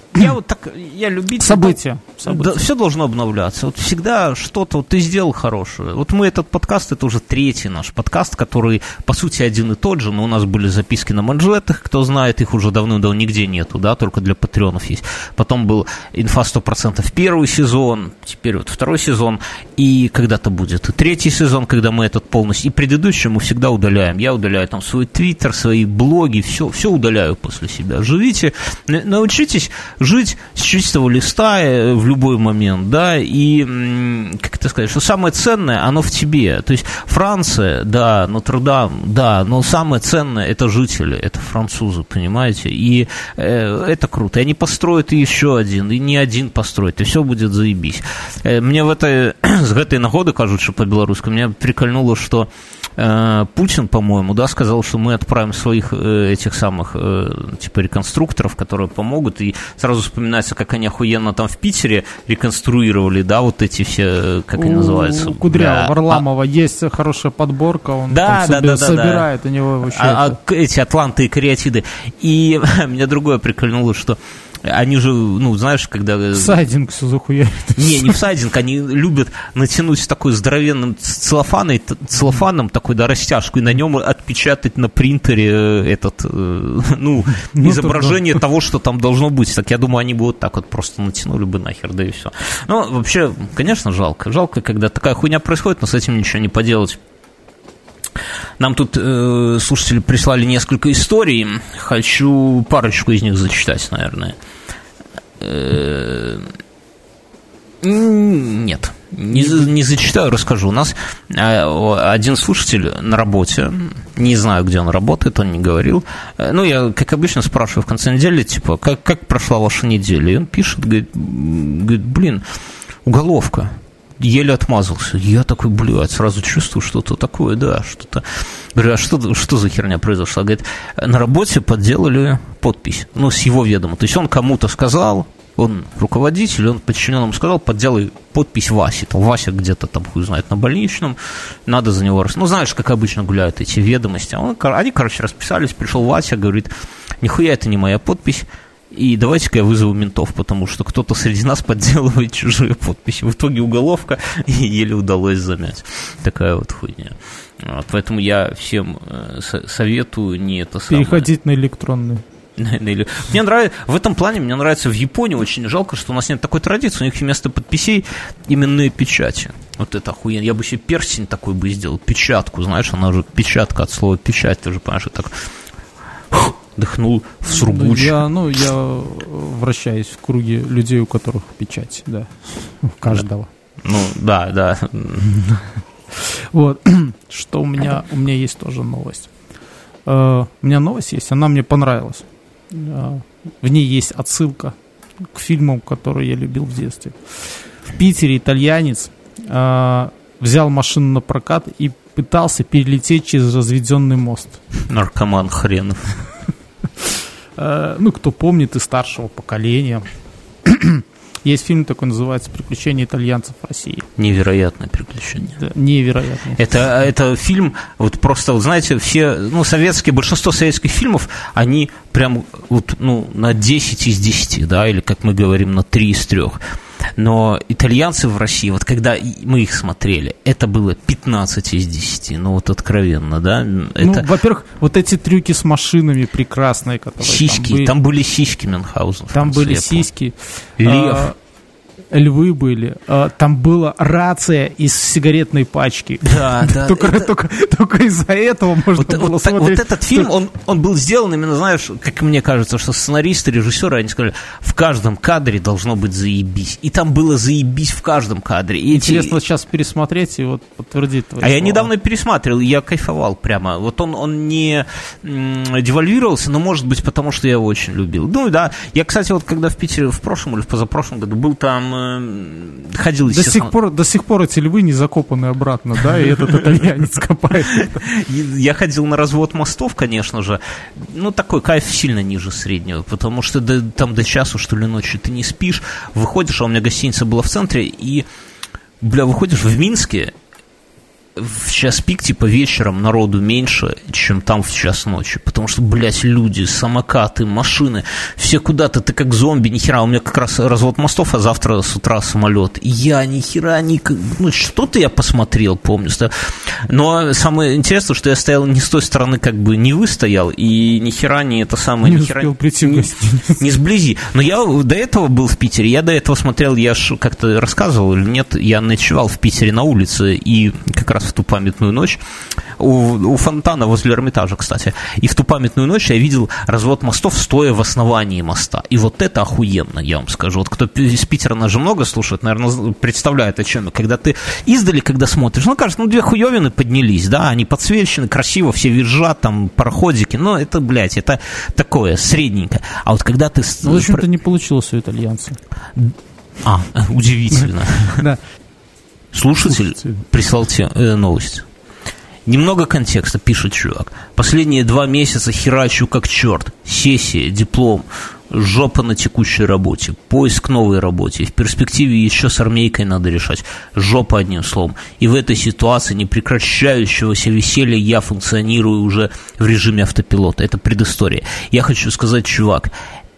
B: я любитель...
A: События.
B: Да, все должно обновляться. Вот всегда что-то вот ты сделал хорошее. Вот мы этот подкаст, это уже третий наш подкаст, который, по сути, один и тот же, но у нас были записки на манжетах, кто знает, их уже давным-давно нигде нету, да, только для патреонов есть. Потом был «Инфа 100%» первый сезон, теперь вот второй сезон, и когда-то будет и третий сезон, когда мы этот полностью... И предыдущий мы всегда удаляем. Я удаляю там свой твиттер, свои блоги, все удаляю после себя. Живите, научитесь жить с чистого листа в любой момент, да, и, как это сказать, что самое ценное, оно в тебе. То есть Франция, да, Нотр-Дам, да, но самое ценное – это жители, это французы, понимаете, и это круто. И они построят еще один, и не один построят, и все будет заебись. Мне с этой нагоды, кажется, что по-белорусски, меня прикольнуло, что Путин, по-моему, да, сказал, что мы отправим своих этих самых, типа, реконструкторов, которые помогут, и сразу вспоминается, как они охуенно там в Питере реконструировали, да, вот эти все, как они называются?
A: У Кудрявого, да. Варламова есть хорошая подборка, он собирает, у него вообще...
B: Эти атланты и кариатиды. И меня другое прикольнуло, что они же, ну, знаешь, когда...
A: В сайдинг все захуярит.
B: Не в сайдинг, они любят натянуть такой здоровенным целлофаном такой, да, растяжку, и на нем отпечатать на принтере изображение того, что там должно быть. Так я думаю, они бы вот так вот просто натянули бы нахер, да и все. Ну, вообще, конечно, жалко. Жалко, когда такая хуйня происходит, но с этим ничего не поделать. Нам тут слушатели прислали несколько историй. Хочу парочку из них зачитать, наверное. Нет, не зачитаю, расскажу. У нас один слушатель на работе, не знаю, где он работает, он не говорил. Ну, я, как обычно, спрашиваю в конце недели, типа, как прошла ваша неделя? И он пишет, говорит, блин, уголовка. Еле отмазался. Я такой, блядь, сразу чувствую что-то такое, да, что-то. Говорю, а что за херня произошла? Говорит, на работе подделали подпись, ну, с его ведома. То есть он кому-то сказал, он руководитель, он подчиненному сказал, подделай подпись Васи. Там Вася где-то там, хуй знает, на больничном, надо за него... Ну, знаешь, как обычно гуляют эти ведомости. Они, короче, расписались, пришел Вася, говорит, нихуя это не моя подпись. И давайте-ка я вызову ментов, потому что кто-то среди нас подделывает чужие подписи. В итоге уголовка, и еле удалось замять. Такая вот хуйня. Вот, поэтому я всем советую не это самое...
A: Переходить на электронные.
B: Мне нравится, в этом плане мне нравится в Японии, очень жалко, что у нас нет такой традиции, у них вместо подписей именные печати. Вот это охуенно. Я бы себе перстень такой бы сделал, печатку, знаешь, она уже печатка от слова печать, ты же понимаешь, что так... Дыхнул в сургуч.
A: Я вращаюсь в круге людей, у которых печать, да, у каждого.
B: Ну, да.
A: Вот, что у меня есть тоже новость. У меня новость есть, она мне понравилась. В ней есть отсылка к фильмам, которые я любил в детстве. В Питере итальянец взял машину на прокат и пытался перелететь через разведенный мост.
B: Наркоман хренов.
A: Ну, кто помнит из старшего поколения. Есть фильм такой, называется «Приключения итальянцев в России».
B: Невероятное приключение.
A: Да, невероятное.
B: Это фильм, вот просто, вот знаете, все, ну, большинство советских фильмов, они прям вот, ну, на 10 из 10, да, или, как мы говорим, на 3 из 3. Но итальянцы в России, вот когда мы их смотрели, это было 15 из 10, ну вот откровенно, да? Это...
A: Ну, во-первых, вот эти трюки с машинами прекрасные, которые
B: сиськи, там были сиськи Мюнхгаузена.
A: Там были сиськи.
B: Лев.
A: Львы были. Там была рация из сигаретной пачки.
B: Да.
A: Только из-за этого можно было смотреть.
B: Вот этот фильм, он был сделан именно, знаешь, как мне кажется, что сценаристы, режиссеры, они сказали, в каждом кадре должно быть заебись. И там было заебись в каждом кадре.
A: Интересно сейчас пересмотреть и вот подтвердить твои слова.
B: Я недавно пересматривал, и я кайфовал прямо. Вот он не девальвировался, но, может быть, потому что я его очень любил. Ну, да. Я, кстати, вот когда в Питере в прошлом или в позапрошлом году был там, ходил, естественно.
A: До сих пор эти львы не закопаны обратно, да, и этот итальянец копает.
B: Я ходил на развод мостов, конечно же. Ну, такой кайф сильно ниже среднего, потому что там до часу, что ли, ночью ты не спишь, выходишь, а у меня гостиница была в центре, и, выходишь в Минске, в час пик, типа, вечером народу меньше, чем там в час ночи. Потому что, блядь, люди, самокаты, машины, все куда-то, ты как зомби, нихера. У меня как раз развод мостов, а завтра с утра самолет. И я нихера не... Ну, что-то я посмотрел, помню. Но самое интересное, что я стоял не с той стороны, как бы не выстоял, и нихера не это самое...
A: Не успел прийти в гостиницу.
B: Не сблизи. Но я до этого был в Питере, я до этого смотрел, я ж как-то рассказывал или нет, я ночевал в Питере на улице, и как раз в ту памятную ночь, у фонтана возле Эрмитажа, кстати, и в ту памятную ночь я видел развод мостов, стоя в основании моста. И вот это охуенно, я вам скажу. Вот кто из Питера нас же много слушает, наверное, представляет, о чем я. Когда ты издали, когда смотришь, ну, кажется, две хуевины поднялись, да, они подсвечены, красиво, все визжат, там, пароходики, но это, блядь, это такое, средненькое. А вот когда ты...
A: Ну, в общем-то, не получилось у итальянца.
B: Удивительно.
A: Да.
B: Слушатель прислал новость. Немного контекста, пишет чувак. Последние 2 месяца херачу как черт. Сессия, диплом, жопа на текущей работе, поиск новой работе. В перспективе еще с армейкой надо решать. Жопа, одним словом. И в этой ситуации непрекращающегося веселья я функционирую уже в режиме автопилота. Это предыстория. Я хочу сказать, чувак,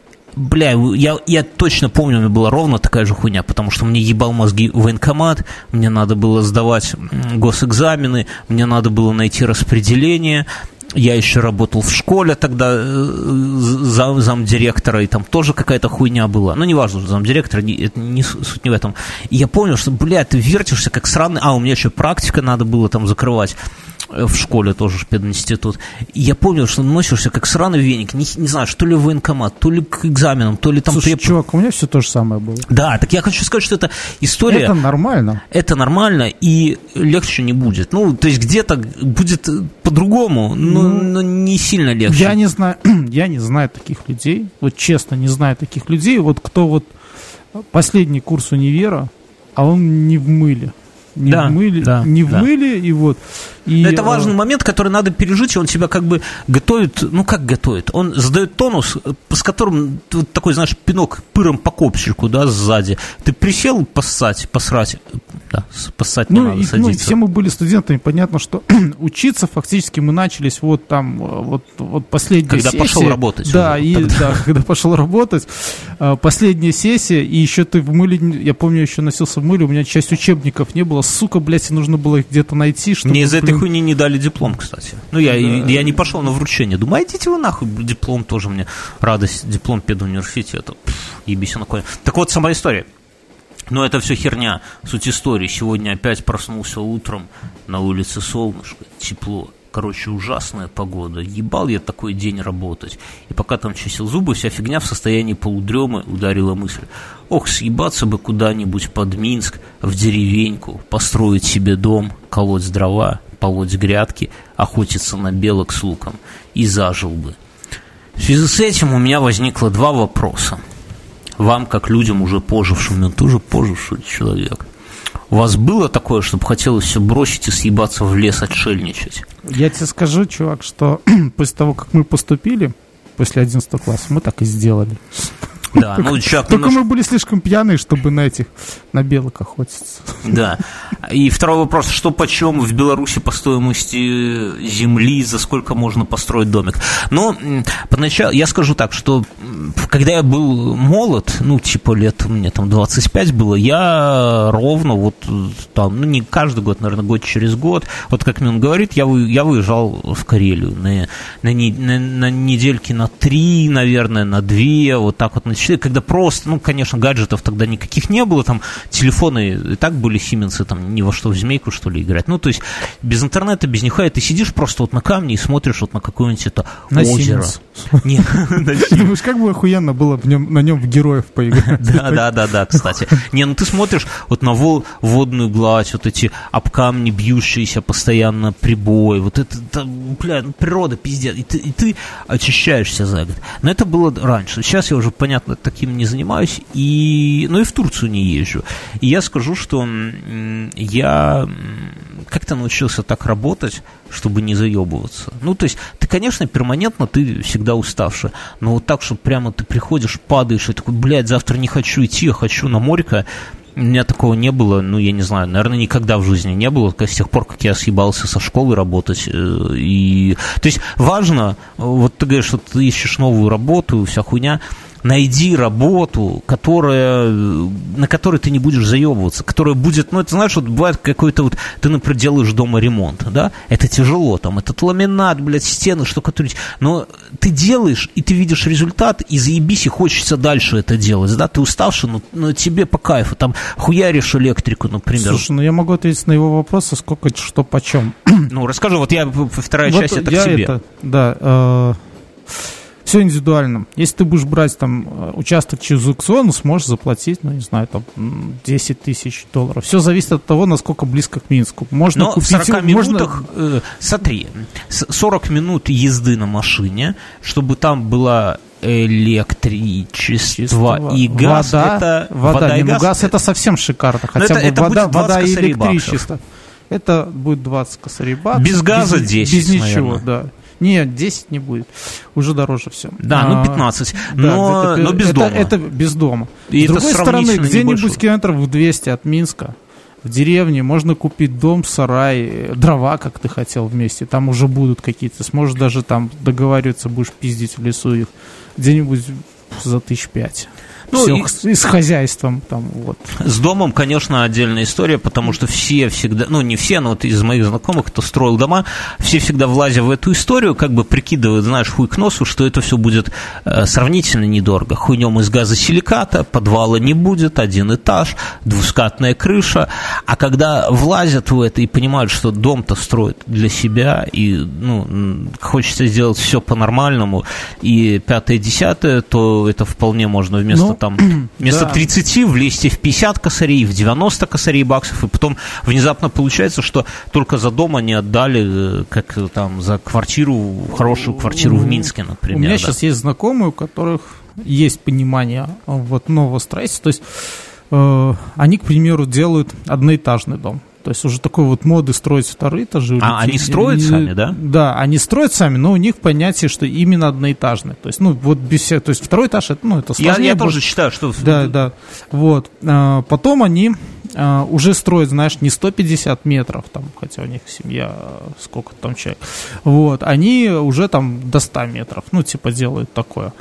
B: бля, я точно помню, у меня была ровно такая же хуйня, потому что мне ебал мозги военкомат, мне надо было сдавать госэкзамены, мне надо было найти распределение. Я еще работал в школе тогда замдиректора, и там тоже какая-то хуйня была. Ну, неважно, замдиректора, это не суть не в этом. И я понял, что, бля, ты вертишься как сраный... у меня еще практика надо было там закрывать. В школе тоже пединститут. И я помнил, что носишься как сраный веник. Не знаю, что ли в военкомат, то ли к экзаменам, то ли там...
A: Слушай, чувак, у меня все то же самое было.
B: Да, так я хочу сказать, что это история...
A: Это нормально.
B: Это нормально, и легче не будет. Ну, то есть где-то будет по-другому, но не сильно легче.
A: Я не знаю таких людей. Вот честно, не знаю таких людей. Вот кто вот последний курс универа, а он не в мыле. Не в мыле, и вот. И,
B: это важный момент, который надо пережить, и он тебя как бы готовит, ну как готовит, он задает тонус, с которым такой, знаешь, пинок пыром по копчику, да, сзади. Ты присел посрать, да, поссать не надо садиться.
A: Ну, все мы были студентами, понятно, что учиться фактически мы начались вот там, вот последняя сессия.
B: Когда пошел работать.
A: Да, когда пошел работать, последняя сессия, и еще ты в мыле, я помню, еще носился в мыле, у меня часть учебников не было, сука, блядь, и нужно было их где-то найти, чтобы...
B: Мне из этой хуйни не дали диплом, кстати. Ну, я не пошел на вручение. Думаю, идите вы нахуй, диплом тоже мне радость, диплом педуниверситета. Ебись на коне. Так вот, сама история. Но это все херня. Суть истории. Сегодня опять проснулся утром, на улице солнышко, тепло. Короче, ужасная погода. Ебал я такой день работать. И пока там чистил зубы, вся фигня в состоянии полудремы ударила мысль. Ох, съебаться бы куда-нибудь под Минск, в деревеньку, построить себе дом, колоть дрова, полоть грядки, охотиться на белок с луком. И зажил бы. В связи с этим у меня возникло 2 вопроса. Вам, как людям, уже пожившим, он тоже поживший человек. У вас было такое, чтобы хотелось все бросить и съебаться в лес отшельничать?
A: Я тебе скажу, чувак, что после того, как мы поступили, после 11 класса, мы так и сделали.
B: Да,
A: только мы были слишком пьяные, чтобы на белок охотиться.
B: Да. И второй вопрос, что почем в Беларуси по стоимости земли, за сколько можно построить домик? Ну, поначалу, я скажу так, что когда я был молод, ну, типа лет, мне там 25 было, я ровно вот там, ну, не каждый год, наверное, год через год, вот как Мин говорит, я выезжал в Карелию на недельки на 3, наверное, на 2, вот так вот, когда просто, ну, конечно, гаджетов тогда никаких не было, там телефоны и так были сименсы, там ни во что в змейку, что ли, играть. Ну, то есть без интернета, без нихуя, ты сидишь просто вот на камне и смотришь вот на какое-нибудь это озеро.
A: Думаешь, как бы охуенно было на нем в героев поиграть.
B: Да, кстати. Не, ну ты смотришь вот на водную гладь, вот эти об камни бьющиеся постоянно прибой, вот это, бля, природа, пиздец, и ты очищаешься за год. Но это было раньше. Сейчас я уже, понятно, таким не занимаюсь, но и в Турцию не езжу. И я скажу, что я как-то научился так работать, чтобы не заебываться. Ну, то есть, ты, конечно, перманентно, ты всегда уставший, но вот так, что прямо ты приходишь, падаешь, и такой, блядь, завтра не хочу идти, я хочу на морько, У меня такого не было, ну, я не знаю, наверное, никогда в жизни не было, с тех пор, как я съебался со школы работать. И... То есть важно, вот ты говоришь, что ты ищешь новую работу, вся хуйня, найди работу, на которой ты не будешь заебываться, которая будет, ну, это знаешь, вот бывает какой-то вот, ты, например, делаешь дома ремонт, да, это тяжело, там, этот ламинат, блядь, стены, штукатурить, но ты делаешь, и ты видишь результат, и заебись, и хочется дальше это делать, да, ты уставший, но тебе по кайфу, там, хуяришь электрику, например.
A: Слушай, ну, я могу ответить на его вопросы, сколько, что, почем.
B: Ну, расскажи, вот я, вторая часть, это к себе.
A: Все индивидуально. Если ты будешь брать там участок через аукцион, сможешь заплатить, ну, не знаю, там, $10 тысяч. Все зависит от того, насколько близко к Минску. Можно
B: но
A: купить...
B: в 40 минутах, смотри, 40 минут езды на машине, чтобы там была электричество и газ.
A: Вода и газ. Газ это совсем шикарно. Хотя бы вода и электричество. Это будет 20 косарей баксов.
B: Без газа 10,
A: без ничего, да. Нет, 10 не будет. Уже дороже все.
B: Да, ну 15. Но без дома.
A: Это без дома.
B: И
A: с другой стороны, где-нибудь километров в 200 от Минска, в деревне, можно купить дом, сарай, дрова, как ты хотел вместе. Там уже будут какие-то. Сможешь даже там договариваться, будешь пиздить в лесу их. Где-нибудь за 5,000. Ну, и с хозяйством там, вот.
B: С домом, конечно, отдельная история, потому что все всегда, ну, не все, но вот из моих знакомых, кто строил дома, все всегда, влазя в эту историю, как бы прикидывают, знаешь, хуй к носу, что это все будет сравнительно недорого. Хуйнем из газосиликата, подвала не будет, один этаж, двускатная крыша. А когда влазят в это и понимают, что дом-то строят для себя, и, ну, хочется сделать все по-нормальному, и 5-10, то это вполне можно вместо вместо 30 влезть в 50 косарей, в 90 косарей баксов, и потом внезапно получается, что только за дом они отдали, как там, за квартиру, хорошую квартиру в Минске, например.
A: У меня сейчас есть знакомые, у которых есть понимание вот нового строительства, то есть они, к примеру, делают одноэтажный дом. То есть уже такой вот моды строить вторые этажи.
B: Они строят сами, да?
A: Да, они строят сами, но у них понятие, что именно одноэтажный. То есть, ну, вот без всех. То есть второй этаж, это, ну, это сложнее.
B: Я тоже считаю, что...
A: Да. Вот. Потом они уже строят, знаешь, не 150 метров, там, хотя у них семья, сколько там человек. Вот. Они уже там до 100 метров, ну, типа, делают такое.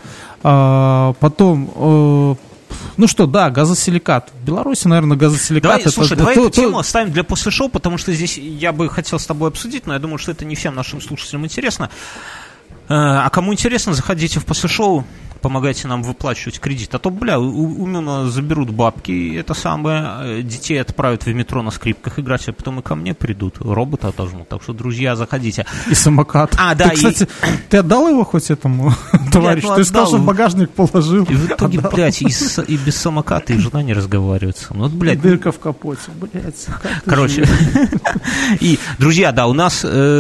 A: Потом... Ну что, да, газосиликат. В Беларуси, наверное, газосиликат...
B: Давай эту тему оставим для после шоу, потому что здесь я бы хотел с тобой обсудить, но я думаю, что это не всем нашим слушателям интересно. А кому интересно, заходите в после шоу, помогайте нам выплачивать кредит. А то, бля, у меня заберут бабки, это самое, детей отправят в метро на скрипках играть, а потом и ко мне придут, робота отожмут. Так что, друзья, заходите.
A: И самокат.
B: Да.
A: Кстати, ты отдал его хоть этому товарищу? Ты сказал, что в багажник положил.
B: И в итоге, блядь, и без самоката и жена не разговаривается. Ну, блядь.
A: Дырка в капоте, блядь.
B: Короче. И, друзья, да, у нас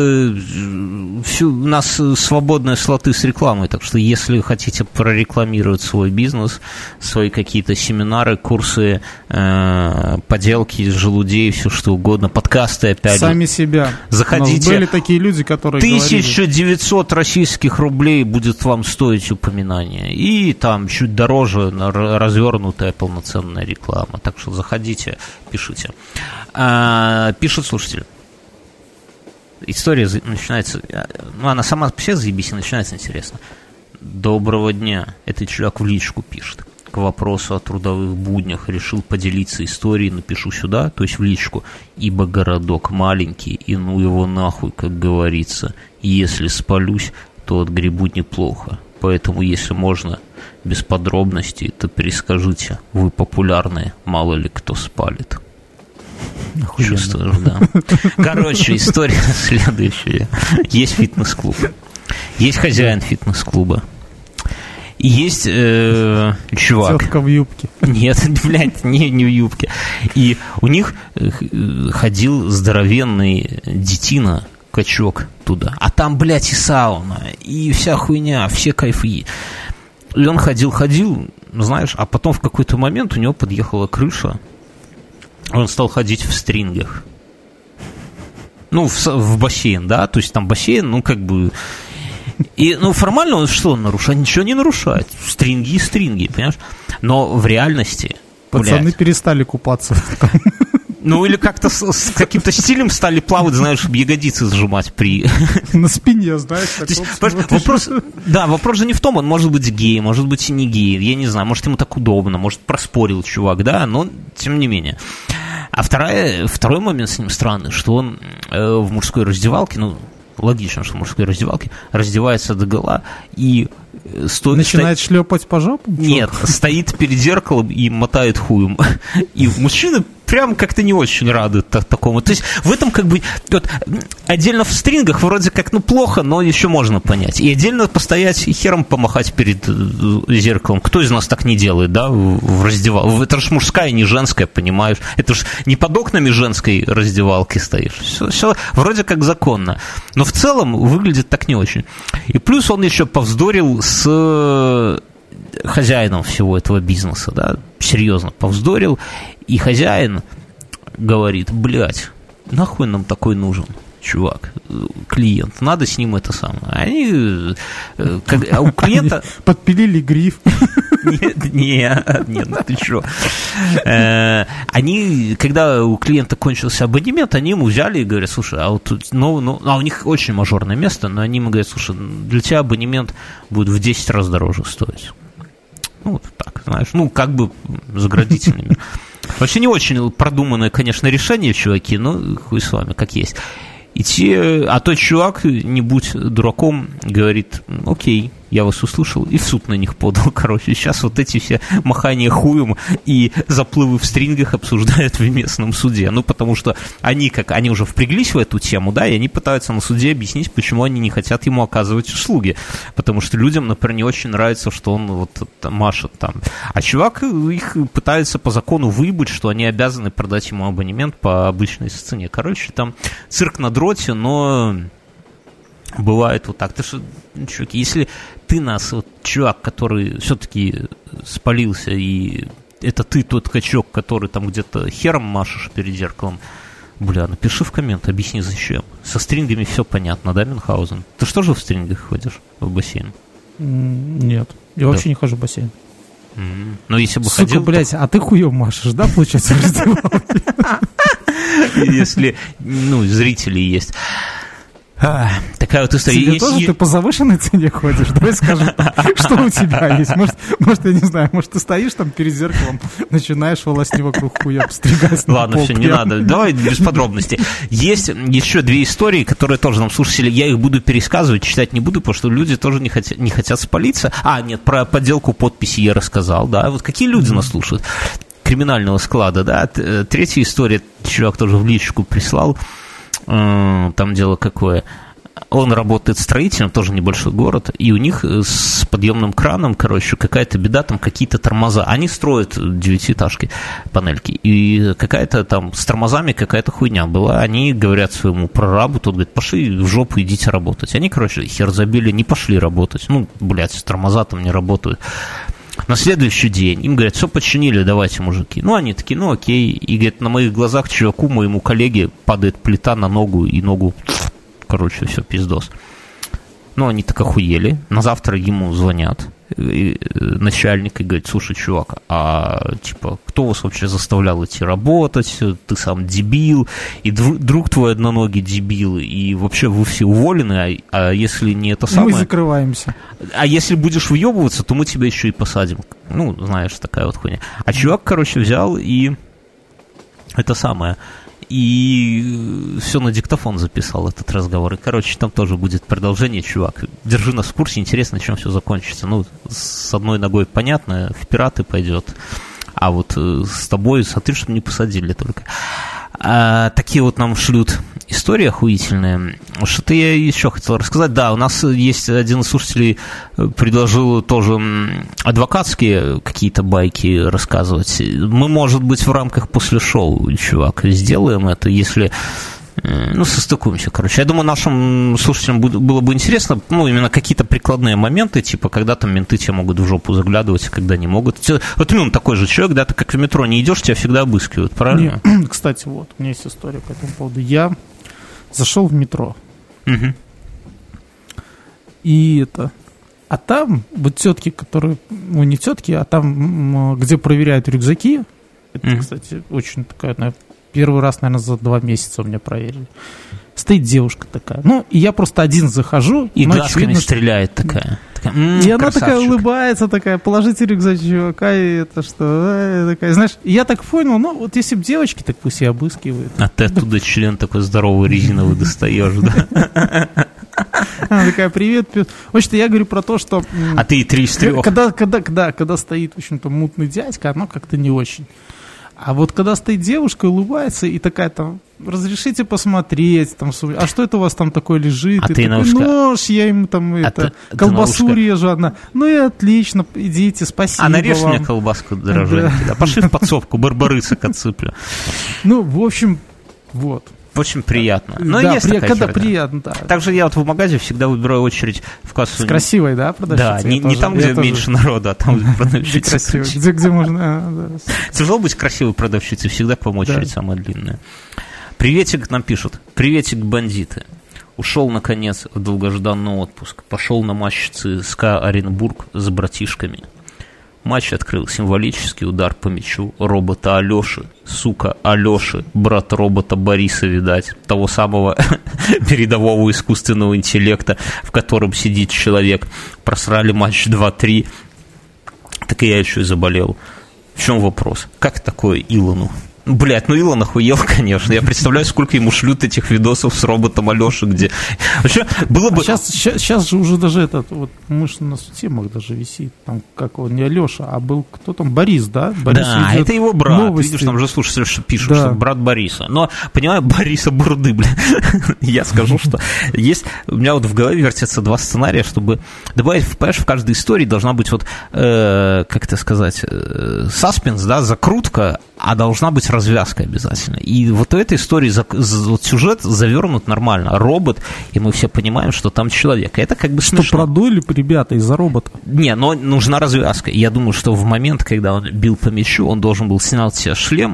B: свободные слоты с рекламой, так что, если хотите прорекламировать свой бизнес, свои какие-то семинары, курсы, поделки из желудей, все что угодно, подкасты, опять же.
A: Сами себя.
B: Заходите.
A: У нас были такие люди, которые
B: 1900 российских рублей будет вам стоить упоминание. И там чуть дороже развернутая полноценная реклама. Так что заходите, пишите. Пишет слушатель. История начинается, ну, она сама по себе заебись, начинается интересно. Доброго дня. Этот человек в личку пишет. К вопросу о трудовых буднях решил поделиться историей, напишу сюда, то есть в личку. Ибо городок маленький, и ну его нахуй, как говорится. Если спалюсь, то отгребу неплохо. Поэтому, если можно, без подробностей, то перескажите. Вы популярные, мало ли кто спалит. Чувствуешь, да. Короче, история следующая. Есть фитнес-клуб. Есть хозяин фитнес-клуба. И есть чувак.
A: Тетка в юбке.
B: Нет, блядь, не в юбке. И у них ходил здоровенный детина, качок туда. А там, блядь, и сауна, и вся хуйня, все кайфы. И он ходил, знаешь, а потом в какой-то момент у него подъехала крыша. Он стал ходить в стрингах. Ну, в бассейн, да, то есть там бассейн, ну, как бы... И, ну, формально он что он нарушает? Ничего не нарушает. Стринги, понимаешь? Но в реальности
A: Пацаны перестали купаться.
B: Ну, или как-то с каким-то стилем стали плавать, знаешь, чтобы ягодицы сжимать при...
A: На спине, знаешь.
B: Вопрос же не в том, он может быть гей, может быть и не гей, я не знаю, может ему так удобно, может проспорил чувак, да, но тем не менее. А второй момент с ним странный, что он в мужской раздевалке, ну, логично, что в мужской раздевалке раздевается догола и
A: начинает шлепать по жопу?
B: Нет, стоит перед зеркалом и мотает хуем. И мужчины прям как-то не очень рады такому. То есть в этом как бы вот, отдельно в стрингах вроде как ну плохо, но еще можно понять. И отдельно постоять и хером помахать перед зеркалом. Кто из нас так не делает, да, в раздевалке? Это же мужская, не женская, понимаешь? Это же не под окнами женской раздевалки стоишь. Все вроде как законно. Но в целом выглядит так не очень. И плюс он еще повздорил с хозяином всего этого бизнеса, да, серьезно повздорил, и хозяин говорит, блядь, нахуй нам такой нужен чувак, клиент, надо с ним это самое. Они, а у клиента...
A: Подпилили гриф.
B: Нет, ты что? Они, когда у клиента кончился абонемент, они ему взяли и говорят, слушай, а вот тут, а у них очень мажорное место, но они ему говорят, слушай, для тебя абонемент будет в 10 раз дороже стоить. Ну, вот так, знаешь, ну, как бы заградительными. Вообще не очень продуманное, конечно, решение, чуваки, но хуй с вами, как есть. А тот чувак, не будь дураком, говорит, окей, я вас услышал, и в суд на них подал, короче. Сейчас вот эти все махания хуем и заплывы в стрингах обсуждают в местном суде. Ну, потому что они уже впряглись в эту тему, да, и они пытаются на суде объяснить, почему они не хотят ему оказывать услуги. Потому что людям, например, не очень нравится, что он вот машет там. А чувак их пытается по закону выебать, что они обязаны продать ему абонемент по обычной цене. Короче, там цирк на дроте, но... Бывает вот так. Ты что, чуваки, если ты нас, вот, чувак, который все-таки спалился, и это ты тот качок, который там где-то хером машешь перед зеркалом, бля, напиши в коммент, объясни зачем. Со стрингами все понятно, да, Мюнхгаузен? Ты что же в стрингах ходишь в бассейн?
A: Нет, я вообще не хожу в бассейн.
B: Ну, если бы
A: сука, ходил... блядь, а ты хуем машешь, да, получается, в раздевалке?
B: Если, зрители есть... такая вот история.
A: Тебе тоже ты по завышенной цене ходишь? Давай скажем, что у тебя есть. Может, я не знаю, может, ты стоишь там перед зеркалом, начинаешь волосни вокруг хуя обстригать.
B: Ладно, все, не надо. Давай без подробностей. Есть еще две истории, которые тоже нам слушатели, я их буду пересказывать, читать не буду, потому что люди тоже не хотят спалиться. Нет, про подделку подписи я рассказал, да. Вот какие люди нас слушают? Криминального склада, да. Третья история, чувак тоже в личку прислал. Там дело какое. Он работает строителем, тоже небольшой город, и у них с подъемным краном, короче, какая-то беда, там какие-то тормоза. Они строят 9-этажки, панельки, и какая-то там с тормозами какая-то хуйня была. Они говорят своему прорабу, тот говорит, пошли в жопу, идите работать. Они, короче, хер забили, не пошли работать. Блядь, тормоза там не работают. На следующий день им говорят, все починили, давайте, мужики. Они такие, окей. И, говорят, на моих глазах чуваку, моему коллеге, падает плита на ногу, и ногу, короче, все, пиздос. Они так охуели. На завтра ему звонят начальник и говорит, слушай, чувак, кто вас вообще заставлял идти работать? Ты сам дебил, и друг твой одноногий дебил, и вообще вы все уволены, а если не это самое...
A: Мы закрываемся.
B: А если будешь въебываться, то мы тебя еще и посадим. Знаешь, такая вот хуйня. А чувак, короче, взял и это самое... И все на диктофон записал этот разговор. И, короче, там тоже будет продолжение, чувак. Держи нас в курсе, интересно, чем все закончится. С одной ногой понятно, в пираты пойдет. А вот с тобой, смотри, чтобы не посадили только. Такие вот нам шлют истории охуительные. Что-то я еще хотел рассказать. Да, у нас есть один из слушателей, предложил тоже адвокатские какие-то байки рассказывать. Мы, может быть, в рамках после шоу, чувак, сделаем это, если... состыкуемся, короче. Я думаю, нашим слушателям было бы интересно, именно какие-то прикладные моменты, типа, когда там менты тебе могут в жопу заглядывать, когда не могут. Вот именно такой же человек, да, ты как в метро не идешь, тебя всегда обыскивают, правильно?
A: Кстати, вот, у меня есть история по этому поводу. Я зашел в метро.
B: Угу.
A: И А там вот тетки, которые... не тетки, а там, где проверяют рюкзаки, Это, кстати, очень такая, первый раз, наверное, за 2 месяца у меня проверили. Стоит девушка такая. Ну, и я просто один захожу.
B: И глазками стреляет такая.
A: И она такая улыбается, такая, положите рюкзачок, а это что? Такая, знаешь, и я так понял, ну, вот если бы девочки, так пусть и обыскивают.
B: А ты оттуда член такой здоровый, резиновый достаешь, да?
A: Она такая, привет, пес. В общем-то, я говорю про то, что...
B: А ты и 3 из 3.
A: Когда стоит, в общем-то, мутный дядька, оно как-то не очень. А вот когда стоит девушка, улыбается и такая там, разрешите посмотреть, там, а что это у вас там такое лежит?
B: А
A: и
B: ты
A: такой, нож, я им там колбасу режу одна. Ну и отлично, идите, спасибо вам.
B: Нарежь мне колбаску дороженький, да. Пошли в подсобку, барбарысок отсыплю.
A: Ну, в общем, вот.
B: Очень приятно. Но
A: да,
B: есть такая
A: когда
B: черта.
A: Приятно, да.
B: Также я вот в магазе всегда выбираю очередь в кассу.
A: С красивой, да, продавщицей?
B: Да, не там, где меньше народа, а там, где продавщица.
A: Где можно...
B: Тяжело быть красивой продавщицей, всегда, по-моему, очередь самая длинная. Приветик нам пишут. Приветик, бандиты. Ушел, наконец, в долгожданный отпуск. Пошел на матч ЦСКА Оренбург с братишками. Матч открыл символический удар по мячу робота Алеши, сука Алеши, брат робота Бориса, видать, того самого передового искусственного интеллекта, в котором сидит человек. Просрали матч 2-3, так и я еще и заболел. В чем вопрос? Как такое Илону? Блядь, ну Илон охуел, конечно. Я представляю, сколько ему шлют этих видосов с роботом Алеши, где... Вообще, было бы...
A: Сейчас же уже даже вот, мы же на темах даже висит, там, как он, не Алеша, а был кто там, Борис, да? Борис,
B: да, это его брат.
A: Новости.
B: Видишь, там же слушатели пишут,
A: да.
B: Что брат Бориса. Но, понимаю, Бориса Бурды, блядь. Я скажу, что есть... У меня вот в голове вертятся 2 сценария, чтобы добавить, понимаешь, в каждой истории должна быть вот, как это сказать, саспенс, да, закрутка, а должна быть развязка обязательно. И вот в этой истории вот сюжет завернут нормально. Робот, и мы все понимаем, что там человек. И это как бы смешно.
A: Что, продули, ребята, из-за робота?
B: Не, но нужна развязка. Я думаю, что в момент, когда он бил по мячу, он должен был снять себе шлем,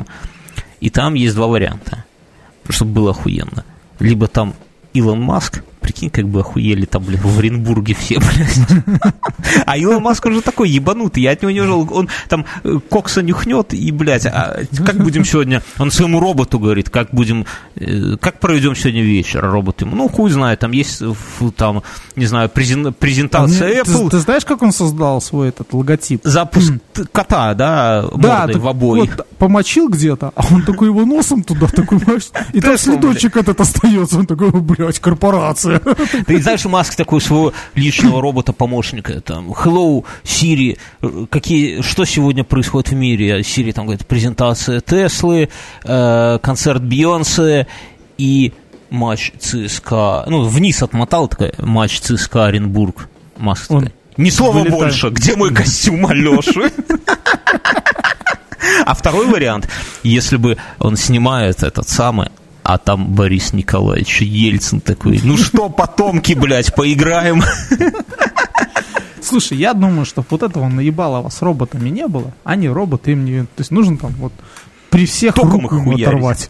B: и там есть 2 варианта, чтобы было охуенно. Либо там Илон Маск, прикинь, как бы охуели там, блин, в Оренбурге все, блядь. А Илон Маск уже такой ебанутый, я от него не ожидал. Он там кокса нюхнет и, блядь, как будем сегодня... Он своему роботу говорит, как проведем сегодня вечер, робот ему, ну, хуй знает, там есть, там, не знаю, презентация Apple.
A: Ты знаешь, как он создал свой этот логотип?
B: Запуск кота, да, мордой в обои.
A: Вот, помочил где-то, а он такой его носом туда, такой, и там следочек этот остается, он такой, блядь, корпорация.
B: Ты знаешь, Маск такой своего личного робота-помощника, там, hello, Siri, что сегодня происходит в мире? Siri там говорит, презентация Теслы, концерт Бейонсе и матч ЦСКА, ну, вниз отмотал, такой, матч ЦСКА Оренбург. Маск такой, ни слова больше, где мой костюм Алеши? А второй вариант, если бы он снимает этот самый, а там Борис Николаевич Ельцин такой, ну что, потомки, блядь, поиграем?
A: Слушай, я думаю, что вот этого наебалова с роботами не было, они роботы им не... То есть нужно там вот при всех руку ему оторвать.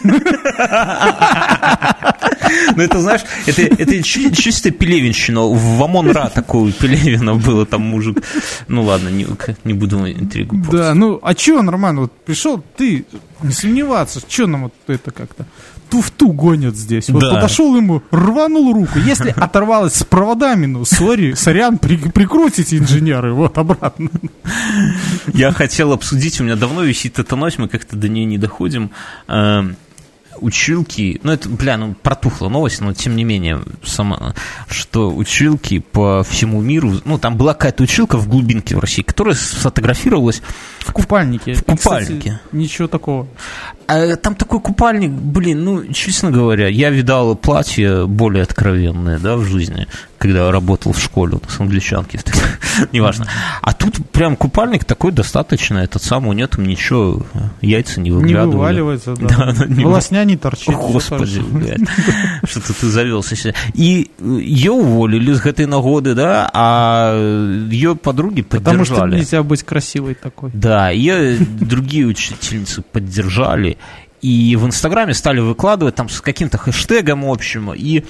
B: Ну, это, знаешь, это чисто пелевинщина. В Амон-Ра такого Пелевина было, там мужик. Ну, ладно, не буду интригу портить.
A: Да, ну, а чё, нормально, вот пришел, ты, не сомневаться, чё нам вот это как-то туфту гонят здесь. Вот да. Подошел ему, рванул руку. Если оторвалось с проводами, ну, сорян, прикрутите, инженеры, вот, обратно.
B: Я хотел обсудить, у меня давно висит эта новость, мы как-то до нее не доходим. Училки, ну это, протухла новость, но тем не менее, что училки по всему миру, ну там была какая-то училка в глубинке в России, которая сфотографировалась
A: в купальнике.
B: В купальнике.
A: Кстати, ничего такого.
B: Там такой купальник, честно говоря, я видал платья более откровенные, да, в жизни, когда работал в школе, у нас англичанки, неважно. А тут прям купальник такой достаточно, этот самый, нет ничего, яйца не выглядывали.
A: Не вываливается, да. Волосня не торчит.
B: Господи, что-то ты завелся. И ее уволили с этой нагоды, да, а ее подруги поддержали.
A: Потому что нельзя быть красивой такой.
B: Да, ее другие учительницы поддержали. И в Инстаграме стали выкладывать там с каким-то хэштегом общим. И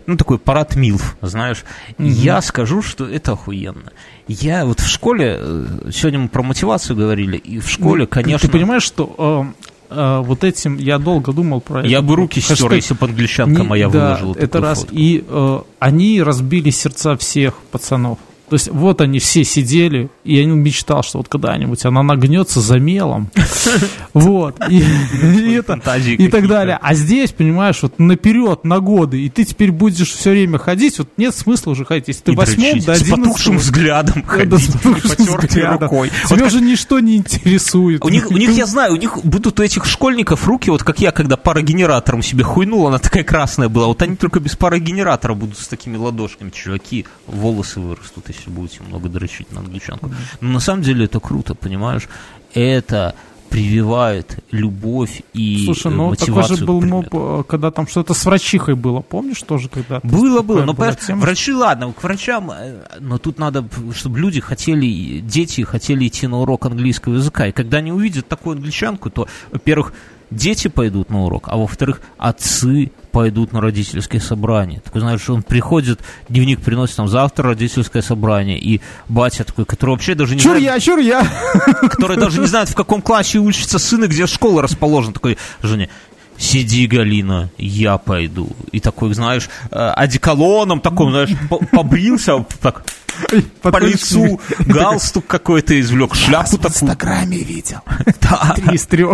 B: такой парад милф, знаешь. Я скажу, что это охуенно. Я вот в школе, сегодня мы про мотивацию говорили, и в школе, конечно...
A: Ты понимаешь, что... вот этим я долго думал про это.
B: Я бы руки стер, если бы англичанка моя выложила.
A: Это раз. Фотку. И они разбили сердца всех пацанов. То есть вот они все сидели, и я мечтал, что вот когда-нибудь она нагнется за мелом. Вот. И так далее. А здесь, понимаешь, вот наперед, на годы, и ты теперь будешь все время ходить, вот нет смысла уже ходить. Если ты 8 до 11...
B: С потухшим взглядом ходить, потертой рукой.
A: Тебя же ничто не интересует.
B: У них, я знаю, у них будут у этих школьников руки, вот как я, когда парогенератором себе хуйнул, она такая красная была, вот они только без парогенератора будут с такими ладошками, чуваки, волосы вырастут, если будете много дрочить на англичанку. Но на самом деле это круто, понимаешь? Это прививает любовь и
A: Слушай,
B: мотивацию.
A: Такой же был моб, когда там что-то с врачихой было, помнишь тоже? Когда
B: было, но врачи, ладно, к врачам, но тут надо, чтобы люди дети хотели идти на урок английского языка, и когда они увидят такую англичанку, то, во-первых, дети пойдут на урок, а во-вторых, отцы пойдут на родительское собрание. Такой, знаешь, он приходит, дневник приносит, там, завтра родительское собрание, и батя такой, который вообще даже не знает...
A: Чур я!
B: Который даже не знает, в каком классе учится сын и где школа расположена. Такой, жене, сиди, Галина, я пойду. И такой, знаешь, одеколоном такой, знаешь, побрился, так... по лицу, галстук какой-то извлек, шляпу такую.
A: В Инстаграме видел. 3 из 3.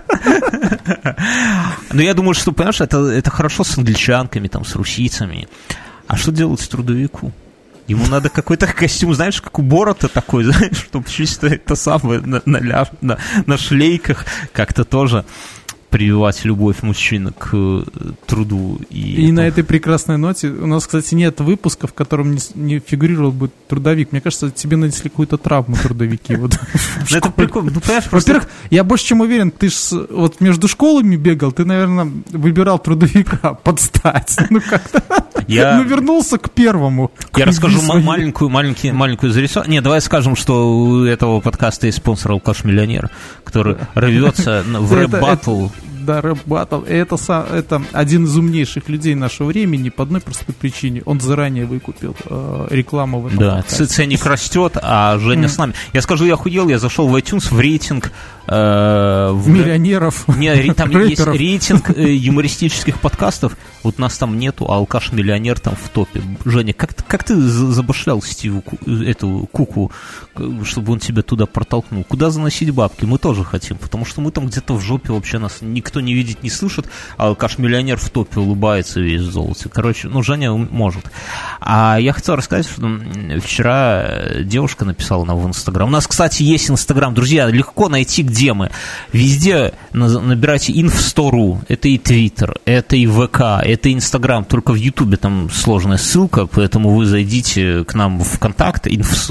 B: Но я думаю, что, понимаешь, это хорошо с англичанками, там, с русицами. А что делать трудовику? Ему надо какой-то костюм, знаешь, как у Борота такой, знаешь, чтобы чисто это самое на шлейках как-то тоже прививать любовь мужчин к труду.
A: И на этой прекрасной ноте у нас, кстати, нет выпуска, в котором не фигурировал бы трудовик. Мне кажется, тебе нанесли какую-то травму трудовики.
B: Это прикольно.
A: Во-первых, я больше чем уверен, ты ж вот между школами бегал, ты, наверное, выбирал трудовика под стать. Ну как-то. Вернулся к первому.
B: Я расскажу маленькую зарисовку. Не, давай скажем, что у этого подкаста есть спонсор «Алкаш-миллионер», который рвется в рэп-баттл.
A: Да, рэп-баттл. Это один из умнейших людей нашего времени по одной простой причине. Он заранее выкупил рекламу в этом подкасте.
B: Ценник растет, а Женя с нами. Я скажу, я охуел, я зашел в iTunes, в рейтинг
A: миллионеров.
B: Нет, там есть рейтинг юмористических подкастов. Вот нас там нету, а «Алкаш-миллионер» там в топе. Женя, как ты забашлял Стиву эту Куку, чтобы он тебя туда протолкнул? Куда заносить бабки? Мы тоже хотим, потому что мы там где-то в жопе, вообще нас никто не видит, не слышит, а «Алкаш-миллионер» в топе улыбается весь в золоте. Короче, Женя может. А я хотел рассказать, что вчера девушка написала нам в Инстаграм. У нас, кстати, есть Инстаграм. Друзья, легко найти, где мы. Везде набирайте inf100.ru. Это и Твиттер, это и ВК, это и Инстаграм. Только в Ютубе там сложная ссылка, поэтому вы зайдите к нам в контакт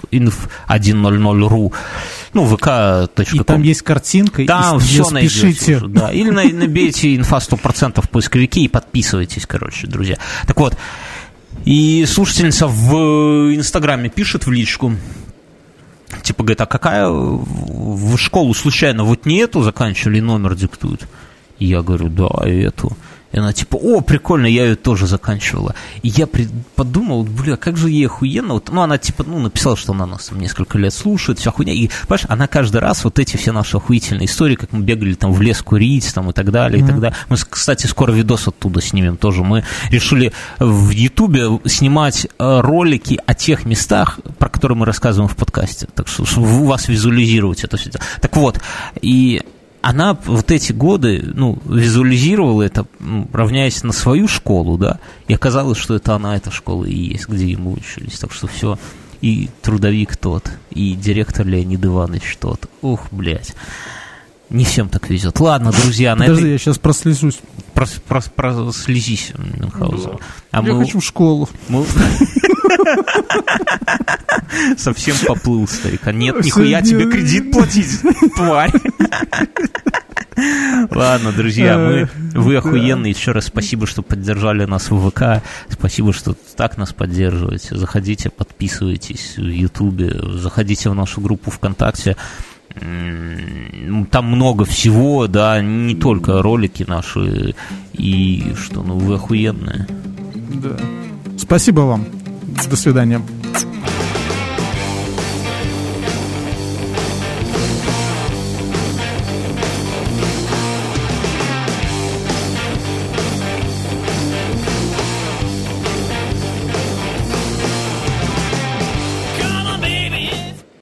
B: inf100.ru. vk.com.
A: И там есть картинка,
B: там
A: и
B: все
A: спешите.
B: Да. Или набейте инфа 100% в поисковике и подписывайтесь, короче, друзья. Так вот, и слушательница в Инстаграме пишет в личку, типа, говорит, а какая в школу случайно вот не эту заканчивали, номер диктуют? И я говорю, да, эту. И она типа, о, прикольно, я ее тоже заканчивала. И я подумал, как же ей охуенно. Вот, она типа, написала, что она нас там несколько лет слушает, вся хуйня. И, понимаешь, она каждый раз вот эти все наши охуительные истории, как мы бегали там в лес курить там и так далее, и так далее. Мы, кстати, скоро видос оттуда снимем тоже. Мы решили в Ютубе снимать ролики о тех местах, про которые мы рассказываем в подкасте. Так что у вас визуализировать это все. Так вот, и она вот эти годы, визуализировала это, равняясь на свою школу, да, и оказалось, что это она, эта школа и есть, где мы учились. Так что все, и трудовик тот, и директор Леонид Иванович тот. Ух, блядь. Не всем так везет. Ладно, друзья,
A: Подожди, я сейчас прослезусь.
B: Прослезись, Мюнхгаузен.
A: Я хочу в школу.
B: Совсем поплыл, старик. Нет, нихуя тебе кредит платить, тварь. Ладно, друзья, вы охуенные. Еще раз спасибо, что поддержали нас в ВК. Спасибо, что так нас поддерживаете. Заходите, подписывайтесь в Ютубе, заходите в нашу группу ВКонтакте. Там много всего, да, не только ролики наши. И что, вы охуенные.
A: Да. Спасибо вам. До свидания.